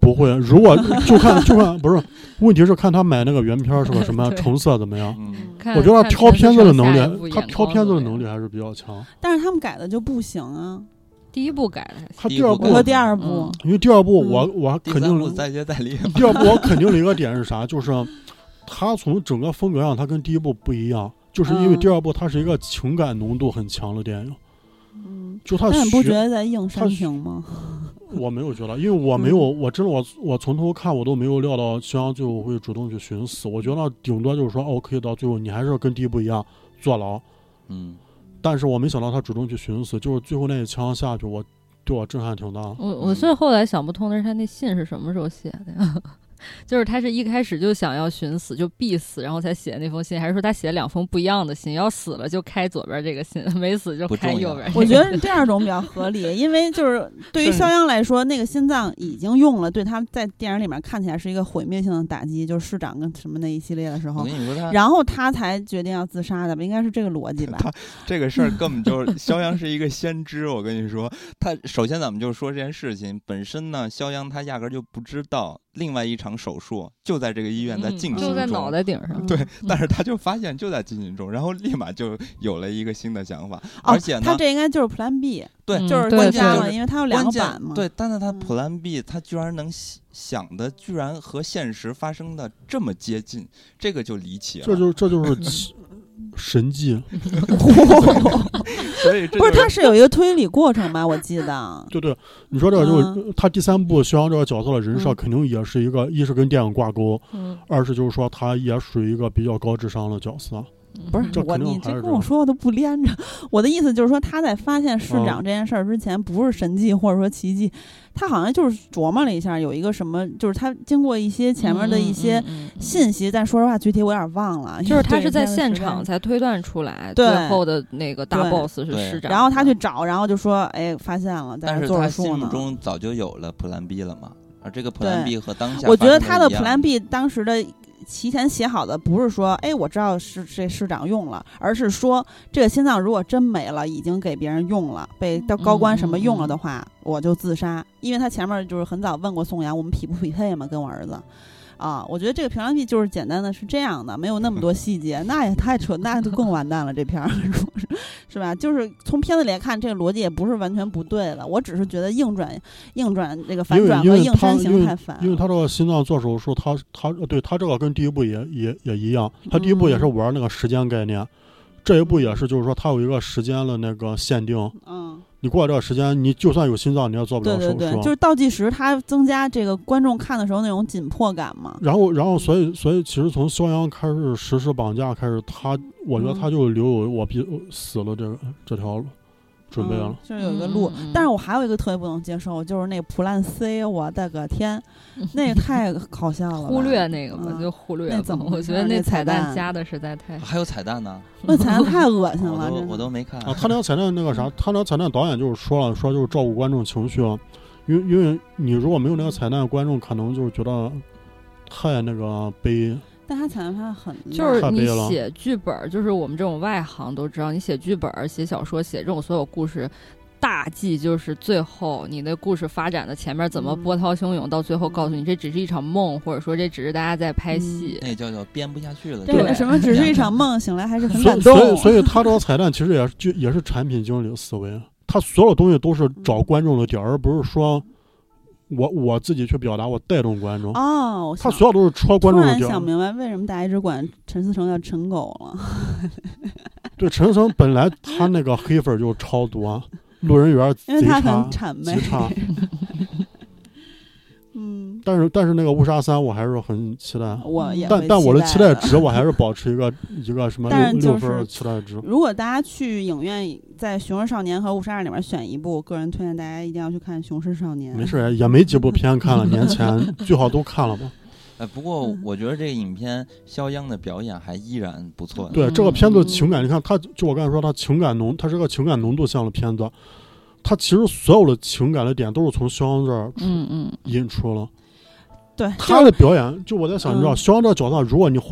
不会，如果就看不是，问题是看他买那个原片是个什么成色怎么样。我觉得他挑片子的能力，还是比较强。 但是他们改的就不行啊。 第一部改的， 他第二部和第二部， 因为第二部我肯定再接再厉。 第二部我肯定的一个点是啥？就是他从整个风格上，他跟第一部不一样，就是因为第二部它是一个情感浓度很强的电影。就他， 但你不觉得在硬煽情吗？ 我没有觉得，因为我没有，我真的我从头看我都没有料到肖央最后会主动去寻死。我觉得顶多就是说，OK，到最后你还是跟第一部一样坐牢。但是我没想到他主动去寻死，就是最后那一枪下去，对我震撼挺大。 我是后来想不通的是他那信是什么时候写的呀？就是他是一开始就想要寻死，就必死，然后才写那封信，还是说他写2封不一样的信？要死了就开左边这个信，没死就开右边。 我觉得第二种比较合理，因为就是对于肖央来说，那个心脏已经用了，对他在电影里面看起来是一个毁灭性的打击，就是市长跟什么那一系列的时候，然后他才决定要自杀的，应该是这个逻辑吧？ 这个事儿根本就是肖央是一个先知，我跟你说，他首先咱们就说这件事情本身呢，肖央他压根就不知道。另外一场手术就在这个医院在进行中， 就在脑袋顶上。 对，但是他就发现就在进行中，然后立马就有了一个新的想法。而且呢， 他这应该就是 Plan B， 对， 就是关键了，因为他有2个版嘛。 对，但是他 Plan B， 他居然能想的，居然和现实发生的这么接近，这个就离奇了。 这就是神迹。 所以不是，他是有一个推理过程吧？我记得。 对，你说这个就是他第3部肖央这个角色的人设，肯定也是一个，一是跟电影挂钩，二是就是说他也属于一个比较高智商的角色。 不是你这跟我说的都不连着。我的意思就是说，他在发现市长这件事儿之前，不是神迹或者说奇迹，他好像就是琢磨了一下，有一个什么，就是他经过一些前面的一些信息，但说实话具体我有点忘了。 就是他是在现场才推断出来，最后的那个大 boss 是市长， 然后他去找，然后就说，哎，发现了， 但是他心目中早就有了 Plan B 了嘛，而这个 Plan B 和当下， 我觉得他的 Plan B 当时的。提前写好的不是说，哎，我知道是这市长用了，而是说这个心脏如果真没了，已经给别人用了，被高官什么用了的话，我就自杀。因为他前面就是很早问过宋阳，我们匹不匹配嘛，跟我儿子。我觉得这个平安币就是简单的是这样的，没有那么多细节，那也太扯，那就更完蛋了。这片儿是吧？就是从片子里看，这个逻辑也不是完全不对的。我只是觉得硬转这个反转和硬煽情太烦。 因为他这个心脏做手术，他对他这个跟第一部也一样，他第一部也是玩那个时间概念，这一部也是就是说他有一个时间的那个限定。你过了这个时间，你就算有心脏，你也做不了手术。 对，就是倒计时，它增加这个观众看的时候那种紧迫感嘛。 然后，所以，其实从肖央开始实施绑架开始，我觉得他就留有我必死了这条路。准备了， 就是有一个路，但是我还有一个特别不能接受，就是那个Plan C， 我的个天，那个太搞笑了， 忽略那个吧，就忽略了。我觉得那彩蛋加的实在太…… 还有彩蛋呢？ 那彩蛋太恶心了， 我都没看。 他那个彩蛋那个啥，他那个彩蛋导演就是说就是照顾观众情绪，因为你如果没有那个彩蛋，观众可能就是觉得太那个悲。 但他彩蛋他很就是你写剧本，就是我们这种外行都知道，你写剧本、写小说、写这种所有故事，大忌就是最后你的故事发展的前面怎么波涛汹涌，到最后告诉你这只是一场梦，或者说这只是大家在拍戏， 那叫编不下去了。 对，什么只是一场梦，醒来还是很感动。 所以他这个彩蛋其实也是产品经理思维，他所有东西都是找观众的点，而不是说。我自己去表达，我带动观众。他所有都是戳观众的点。 突然想明白为什么大家一直管陈思诚叫陈狗了。 对，陈思诚本来他那个黑粉就超多，路人缘贼差， 因为他很谄媚。 贼差。但是那个误杀3我还是很期待，但我的期待值我还是保持一个什么6分的期待值。 如果大家去影院在《雄狮少年》和《误杀2》里面选一部，个人推荐大家一定要去看《雄狮少年》。 没事，也没几部片看了，年前最好都看了吧。 不过我觉得这个影片肖央的表演还依然不错。 对，这个片子情感，你看他，就我刚才说他情感浓，他是个情感浓度像的片子，他其实所有的情感的点都是从肖央这儿引出了。 对， 他的表演，就我在想，你知道，肖央这个角色，如果你换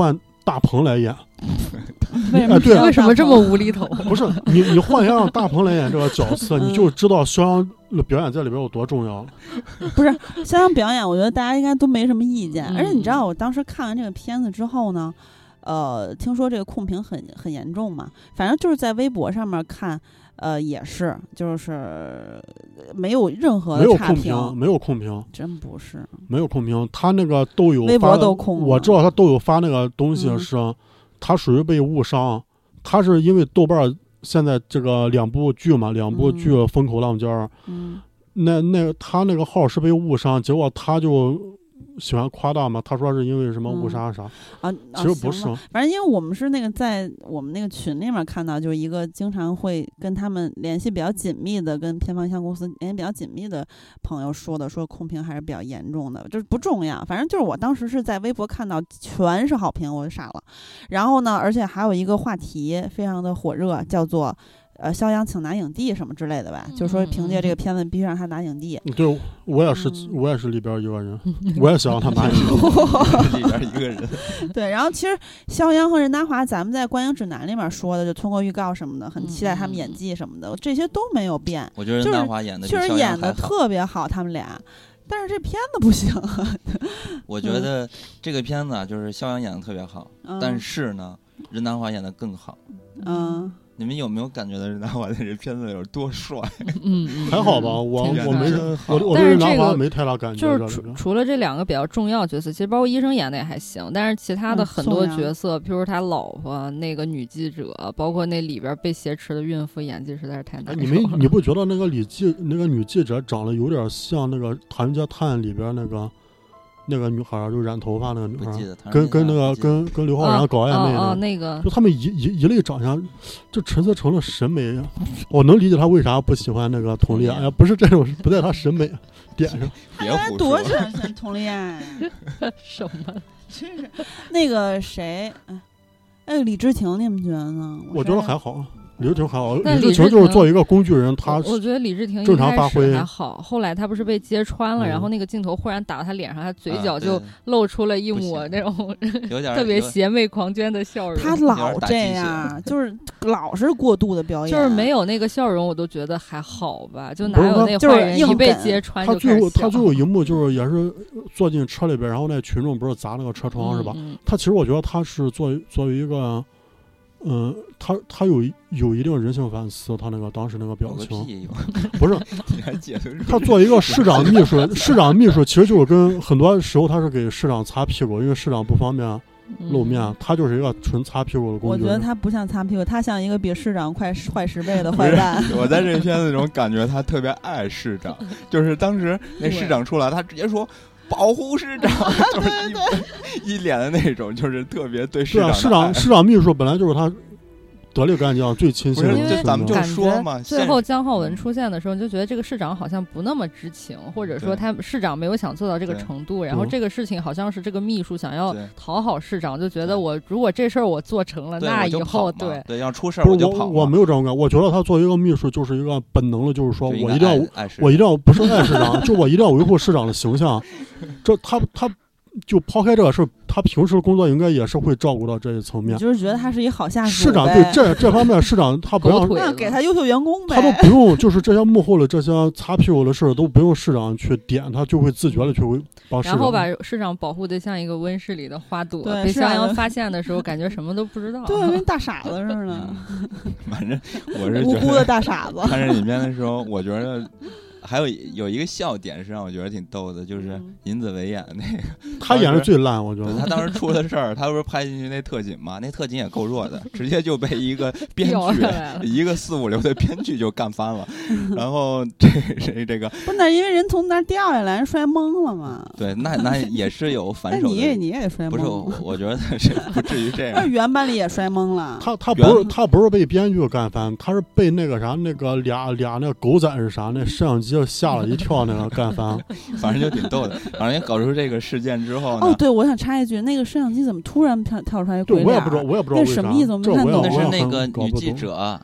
大鹏来演。 为什么这么无厘头？ 不是你幻想让大鹏来演这个角色，你就知道肖央的表演在里边有多重要了。 不是肖央表演，我觉得大家应该都没什么意见。而且你知道，我当时看完这个片子之后呢，听说这个控评很严重嘛，反正就是在微博上面看。也是，就是没有任何的差评， 没有控评， 真不是没有控评。他那个都有微博都控， 我知道他都有发那个东西是，他属于被误伤。他是因为豆瓣现在这个两部剧风口浪尖，他那个号是被误伤，结果他就喜欢夸大嘛，他说是因为什么误杀啥其实不是。 反正因为我们是那个在我们那个群里面看到，就是一个经常会跟他们联系比较紧密的，跟片方向公司联系比较紧密的朋友说控评还是比较严重的，就是不重要。反正就是我当时是在微博看到全是好评，我就傻了。然后呢，而且还有一个话题非常的火热，叫做肖央请拿影帝什么之类的吧，就是说凭借这个片子必须让他拿影帝。 对，我也是里边一个人，我也想让他拿影帝。 里边一个人。 对，然后其实肖央和任达华，咱们在观影指南里面说的，就通过预告什么的，很期待他们演技什么的，这些都没有变。 我觉得任达华演的确实演的特别好，他们俩。但是这片子不行。 我觉得这个片子就是肖央演的特别好，但是呢，任达华演的更好。你们有没有感觉到任达华在这片子有多帅？ 还好吧，我对任达华没太大感觉。 就是除了这两个比较重要角色，其实包括医生演的也还行，但是其他的很多角色，譬如他老婆那个女记者，包括那里边被挟持的孕妇，演技实在是太难受了。 你不觉得那个女记者长得有点像那个《唐人街探案》里边那个女孩，就染头发那个女孩，跟刘昊然搞暧昧的那个， 就他们一类长相，就陈思诚的审美，我能理解他为啥不喜欢那个佟丽娅，不是这种，不在他审美点上。 别胡说， 多喜欢佟丽娅什么？ 真是那个谁，李治廷，你们觉得呢？ 我觉得还好。李治廷还好，李治廷就是做一个工具人， 我觉得李治廷正常发挥还好，后来他不是被揭穿了，然后那个镜头忽然打到他脸上，他嘴角就露出了一抹那种特别邪魅狂狷的笑容。 他老这样，就是老是过度的表演， 就是没有那个笑容，我都觉得还好吧，就哪有那坏人一被揭穿就开始笑。 他最后一幕就是也是坐进车里边，然后那群众不是砸那个车窗是吧？他其实我觉得他是作为一个。他有一定人性反思，他那个当时那个表情，不是，他做一个市长秘书，市长秘书其实就是跟很多时候他是给市长擦屁股，因为市长不方便露面，他就是一个纯擦屁股的工具人。 我觉得他不像擦屁股，他像一个比市长坏10倍的坏蛋。 我在这片子中感觉他特别爱市长，就是当时那市长出来，他直接说。保护市长，就是一脸的那种，就是特别对市长。 市长秘书本来就是他得力干将最亲信的， 咱们就说嘛。 最后江浩文出现的时候，你就觉得这个市长好像不那么知情，或者说他市长没有想做到这个程度，然后这个事情好像是这个秘书想要讨好市长，就觉得我如果这事儿我做成了，那以后对要出事儿我就跑。 我没有这种感，我觉得他作为一个秘书就是一个本能的，就是说我一定要不是爱市长，就我一定要维护市长的形象。这他就抛开这个事儿，他平时工作应该也是会照顾到这一层面。 就是觉得他是一好下属。 市长对这方面，市长他不让给他优秀员工呗， 他都不用，就是这些幕后的这些擦屁股的事都不用市长去点，他就会自觉的去帮市长。 然后把市长保护的像一个温室里的花朵，被肖央发现的时候，感觉什么都不知道， 对，跟大傻子似的。 反正我是无辜的大傻子。 看这里面的时候，我觉得。还有一个笑点是让我觉得挺逗的，就是尹子维演的那个， 他演的最烂，我觉得他当时出的事儿，他不是拍进去那特警嘛，那特警也够弱的，直接就被一个编剧，一个4、5流的编剧就干翻了。然后这个不是，那因为人从那儿掉下来，摔懵了嘛。 对，那也是有反手的。 你也摔懵了。 不是，我觉得是不至于这样。 那原版里也摔懵了。 他不是被编剧干翻，他是被那个啥那个俩那个狗仔是啥那摄像机。就吓了一跳，那个干翻， 反正就挺逗的。反正搞出这个事件之后呢，对，我想插一句，那个摄像机怎么突然跳出来鬼脸？ 我也不知道， 那什么意思？我没看懂。 那是那个女记者，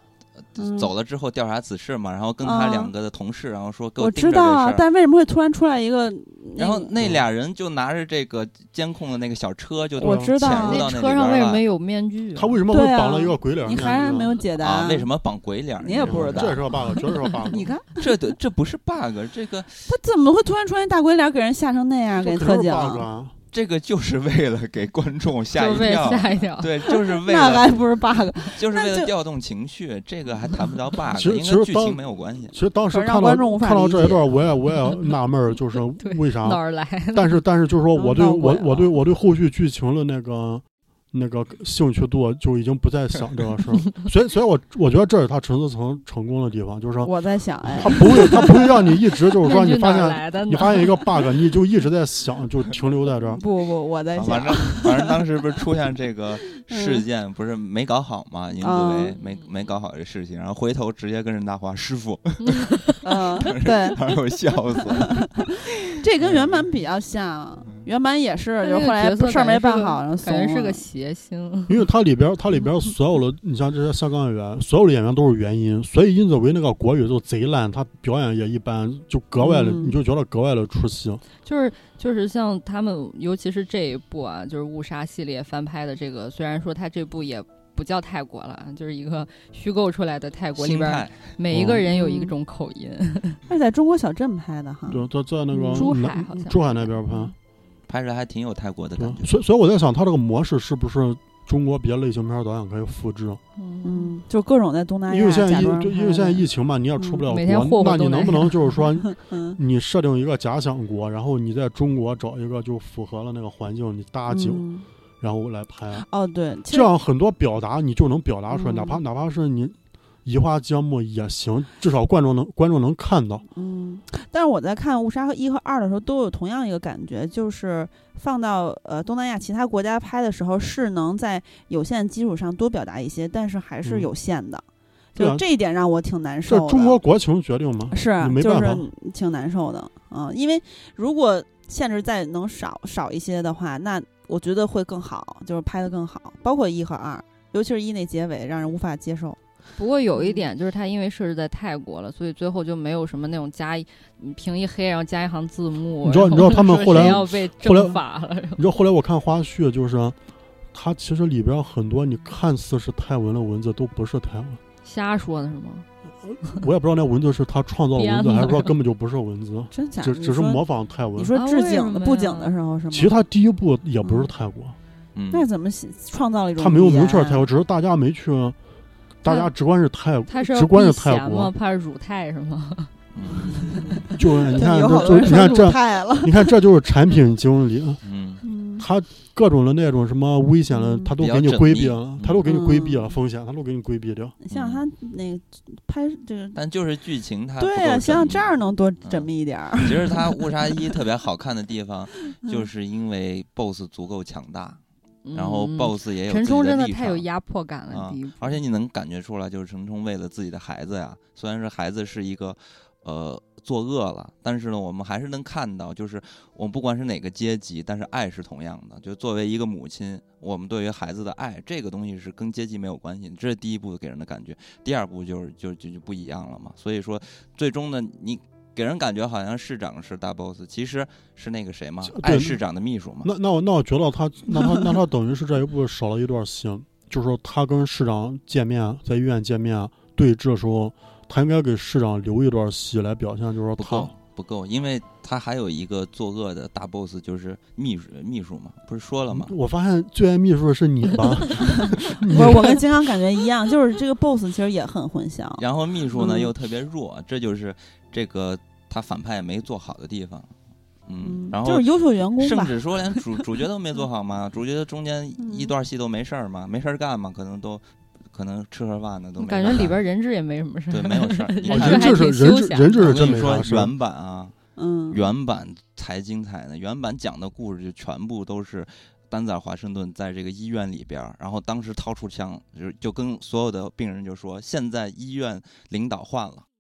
走了之后调查此事嘛，然后跟他2个的同事，然后说给我盯着这事儿。 知道，但为什么会突然出来一个？ 然后那俩人就拿着这个监控的那个小车，就我知道那车上为什么有面具？ 他为什么会绑了一个鬼脸？ 你还没有解答啊？为什么绑鬼脸？ 你也不知道， 这是个 bug， 绝对是个 bug。 你看， 这不是 bug， 这个他怎么会突然出现大鬼脸，给人吓成那样，给特警？ 这个就是为了给观众吓一跳，对，就是为那了还不是 bug， 就是为了调动情绪，这个还谈不到 bug， 其实剧情没有关系。 其实当时看到这一段，我也纳闷，就是为啥？ 哪儿来的？ 但是就是说，我对后续剧情的那个兴趣度就已经不再想这个事儿，所以我觉得这是他陈思诚成功的地方，就是我在想， 他不会让你一直就是说你发现一个 bug， 你就一直在想，就停留在这儿。 不，我在想， 反正当时不是出现这个事件，不是没搞好嘛，殷子维没搞好这事情，然后回头直接跟任达华师傅， 对， 把我笑死了。 这跟原版比较像，原版也是，就是后来事儿没办好，然后感觉是个谐星。 因为它里边所有的，你像这些香港演员，所有的演员都是原音，所以殷子维那个国语就贼烂，他表演也一般，就格外的，你就觉得格外的出戏。 就是像他们，尤其是这一部啊，就是误杀系列翻拍的这个，虽然说他这部也不叫泰国了，就是一个虚构出来的泰国里边，每一个人有一种口音。 是在中国小镇拍的哈， 对，在那个珠海好像， 珠海那边拍着还挺有泰国的感觉。 所以我在想，他这个模式是不是中国别的类型片导演可以复制？ 就各种在东南亚， 因为现在疫情嘛，你也出不了国，那你能不能就是说，你设定一个假想国，然后你在中国找一个就符合了那个环境，你搭景。然后来拍对， 这样很多表达你就能表达出来，哪怕是你移花接木也行，至少观众能看到。 但是我在看《误杀》和1和2的时候，都有同样一个感觉，就是放到东南亚其他国家拍的时候，是能在有限基础上多表达一些，但是还是有限的。就这一点让我挺难受的。 这中国国情决定吗？ 是， 没办法， 就是挺难受的。因为如果限制再能少一些的话，那我觉得会更好，就是拍得更好，包括1和2，尤其是1那结尾让人无法接受。 不过有一点就是它因为设置在泰国了，所以最后就没有什么那种屏一黑然后加一行字幕。 你知道他们后来要被正法了。 你知道后来我看花絮，就是它其实里边很多你看似是泰文的文字都不是泰文， 瞎说的是吗？ 我也不知道那文字是他创造的文字，还是说根本就不是文字， 真假？ 只是模仿泰文。 你说置景的布景的时候是吗？ 其实他第一部也不是泰国， 那怎么创造了一种？ 他没有明确泰国，只是大家没去，大家直观是泰国，直观是泰国， 怕是辱泰是吗？ 就你看这就是产品经理，他各种的那种什么危险的，他都给你规避了，他都给你规避了风险，他都给你规避掉。 像他那个拍这个， 但就是剧情他对啊，像这样能多缜密一点。 其实他误杀1特别好看的地方，就是因为 BOSS 足够强大，然后 BOSS 也有自己的立场。 陈冲真的太有压迫感了， 而且你能感觉出来，就是陈冲为了自己的孩子呀，虽然是孩子是一个作恶了，但是呢，我们还是能看到，就是我们不管是哪个阶级，但是爱是同样的。就作为一个母亲，我们对于孩子的爱，这个东西是跟阶级没有关系的，这是第一步给人的感觉。第二步就不一样了嘛。所以说，最终呢，你给人感觉好像市长是大 boss， 其实是那个谁嘛，爱市长的秘书嘛。 那我觉得他等于是这一步少了一段戏，就是说他跟市长见面，在医院见面对峙的时候。他应该给市长留一段戏来表现，就是说他不够，因为他还有一个作恶的大 boss， 就是秘书嘛，不是说了吗？ 我发现最爱秘书的是你吧？ 我跟金刚感觉一样，就是这个 boss 其实也很混淆。 然后秘书呢又特别弱，这就是这个他反派没做好的地方。然后就是优秀员工吧， 甚至说连主角都没做好嘛，主角中间一段戏都没事嘛，没事干嘛，可能吃盒饭的都没感觉里边人质也没什么事， 对，没有事儿。 人质是真没说原版啊，原版才精彩呢。原版讲的故事就全部都是丹泽尔·华盛顿在这个医院里边，然后当时掏出枪，就跟所有的病人就说：现在医院领导换了，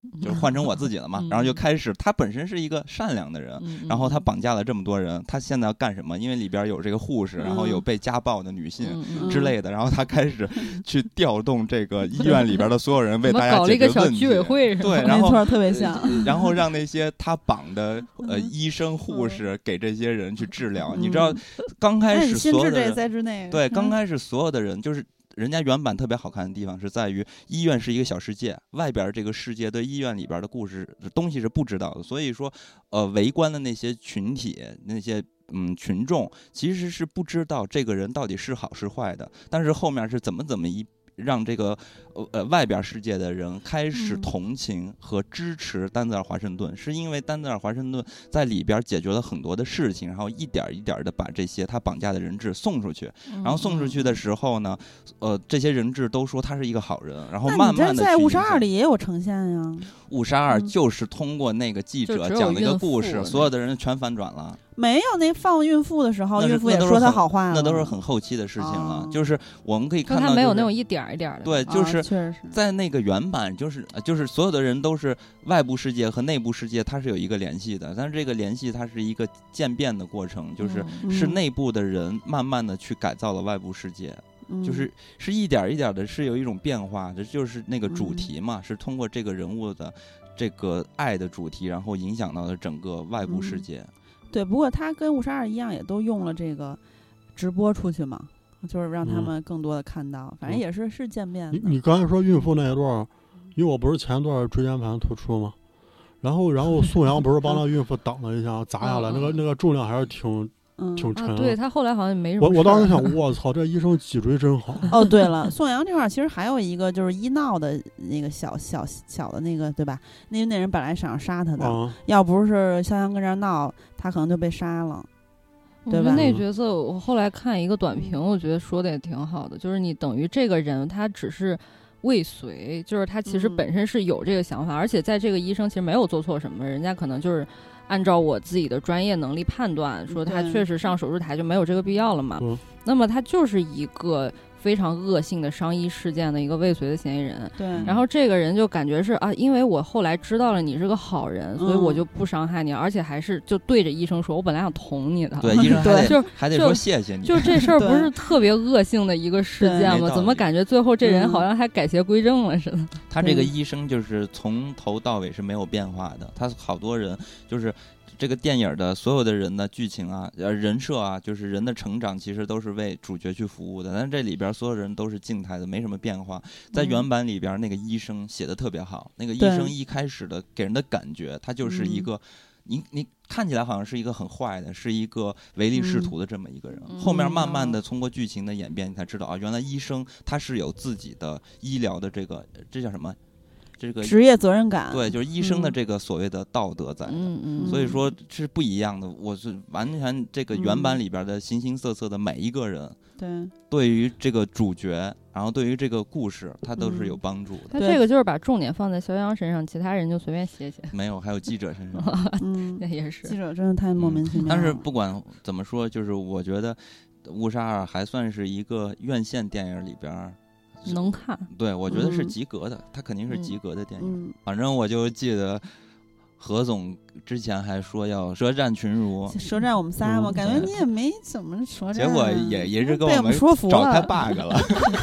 就是换成我自己了嘛，然后就开始，他本身是一个善良的人，然后他绑架了这么多人，他现在要干什么？因为里边有这个护士，然后有被家暴的女性之类的，然后他开始去调动这个医院里边的所有人，为大家解决问题。 搞了一个小居委会， 对，然后没错，特别像。 然后让那些他绑的医生护士给这些人去治疗。你知道，刚开始所有的人对，刚开始所有的人就是。人家原版特别好看的地方是在于医院是一个小世界，外边这个世界对医院里边的故事东西是不知道的，所以说围观的那些群体那些群众其实是不知道这个人到底是好是坏的，但是后面是怎么让这个外边世界的人开始同情和支持丹泽尔华盛顿，是因为丹泽尔华盛顿在里边解决了很多的事情，然后一点一点的把这些他绑架的人质送出去，然后送出去的时候呢，这些人质都说他是一个好人，然后慢慢的。 在误杀2里也有呈现呀。 误杀2就是通过那个记者讲了一个故事，所有的人全反转了。 没有，那放孕妇的时候，孕妇也说他好话了， 那都是很后期的事情了。就是我们可以看到， 他没有那种一点一点的。 对，就是在那个原版，就是所有的人都是外部世界和内部世界，它是有一个联系的。但是这个联系它是一个渐变的过程，是内部的人慢慢的去改造了外部世界。是一点一点的，是有一种变化，这就是那个主题嘛，是通过这个人物的这个爱的主题，然后影响到了整个外部世界。 对，不过他跟误杀2一样，也都用了这个直播出去嘛，就是让他们更多的看到，反正也是渐变的。 你刚才说孕妇那一段，因为我不是前段椎间盘突出吗？然后宋阳不是帮那孕妇挡了一下，砸下来，那个重量还是挺沉。 对，他后来好像没什么。 我当时想，我操，这医生脊椎真好。 哦，对了，宋阳这块其实还有一个就是医闹的那个小的那个，对吧？那人本来想要杀他的，要不是肖央跟这闹，他可能就被杀了。对吧？ 那角色我后来看一个短评，我觉得说的也挺好的，就是你等于这个人他只是未遂，就是他其实本身是有这个想法，而且在这个医生其实没有做错什么，人家可能就是按照我自己的专业能力判断，说他确实上手术台就没有这个必要了嘛。那么他就是一个非常恶性的伤医事件的一个未遂的嫌疑人。 对， 然后这个人就感觉是因为我后来知道了你是个好人，所以我就不伤害你，而且还是就对着医生说，我本来想捅你的。 对，医生还得说谢谢你。 就这事儿不是特别恶性的一个事件吗？怎么感觉最后这人好像还改邪归正了似的？ 他这个医生就是从头到尾是没有变化的，他好多人就是这个电影的所有的人的剧情啊、人设啊，就是人的成长，其实都是为主角去服务的。但是这里边所有人都是静态的，没什么变化。在原版里边，那个医生写的特别好。那个医生一开始的给人的感觉，他就是一个，你看起来好像是一个很坏的，是一个唯利是图的这么一个人。后面慢慢的通过剧情的演变，你才知道原来医生他是有自己的医疗的这叫什么？这个职业责任感， 对，就是医生的这个所谓的道德在的，所以说是不一样的。我是完全这个原版里边的形形色色的每一个人，对于这个主角，然后对于这个故事，他都是有帮助的。 他这个就是把重点放在肖央身上，其他人就随便写。 没有，还有记者身上， 那也是记者真的太莫名其妙。 但是不管怎么说，就是我觉得《误杀2》还算是一个院线电影里边。 能看， 对，我觉得是及格的，它肯定是及格的电影。反正我就记得何总之前还说要舌战群儒， 舌战我们仨嘛，感觉你也没怎么舌战， 结果也是跟我们说服了， 找他 bug 了。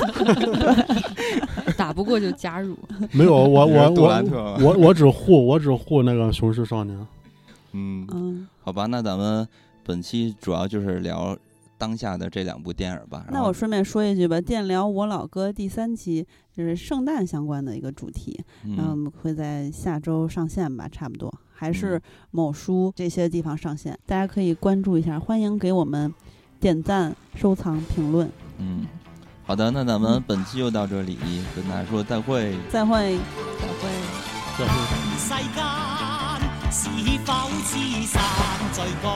打不过就加入。 没有，我只护那个雄狮少年。 好吧，那咱们本期主要就是聊当下的这2部电影吧。 那我顺便说一句吧，电聊我老哥第3期就是圣诞相关的一个主题，然后我们会在下周上线吧，差不多还是某书这些地方上线，大家可以关注一下，欢迎给我们点赞、收藏、评论。 好的，那咱们本期就到这里，跟大家说再会。 再会。 世間是否此山最高？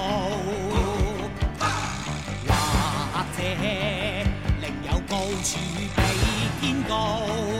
或者另有高處比天高？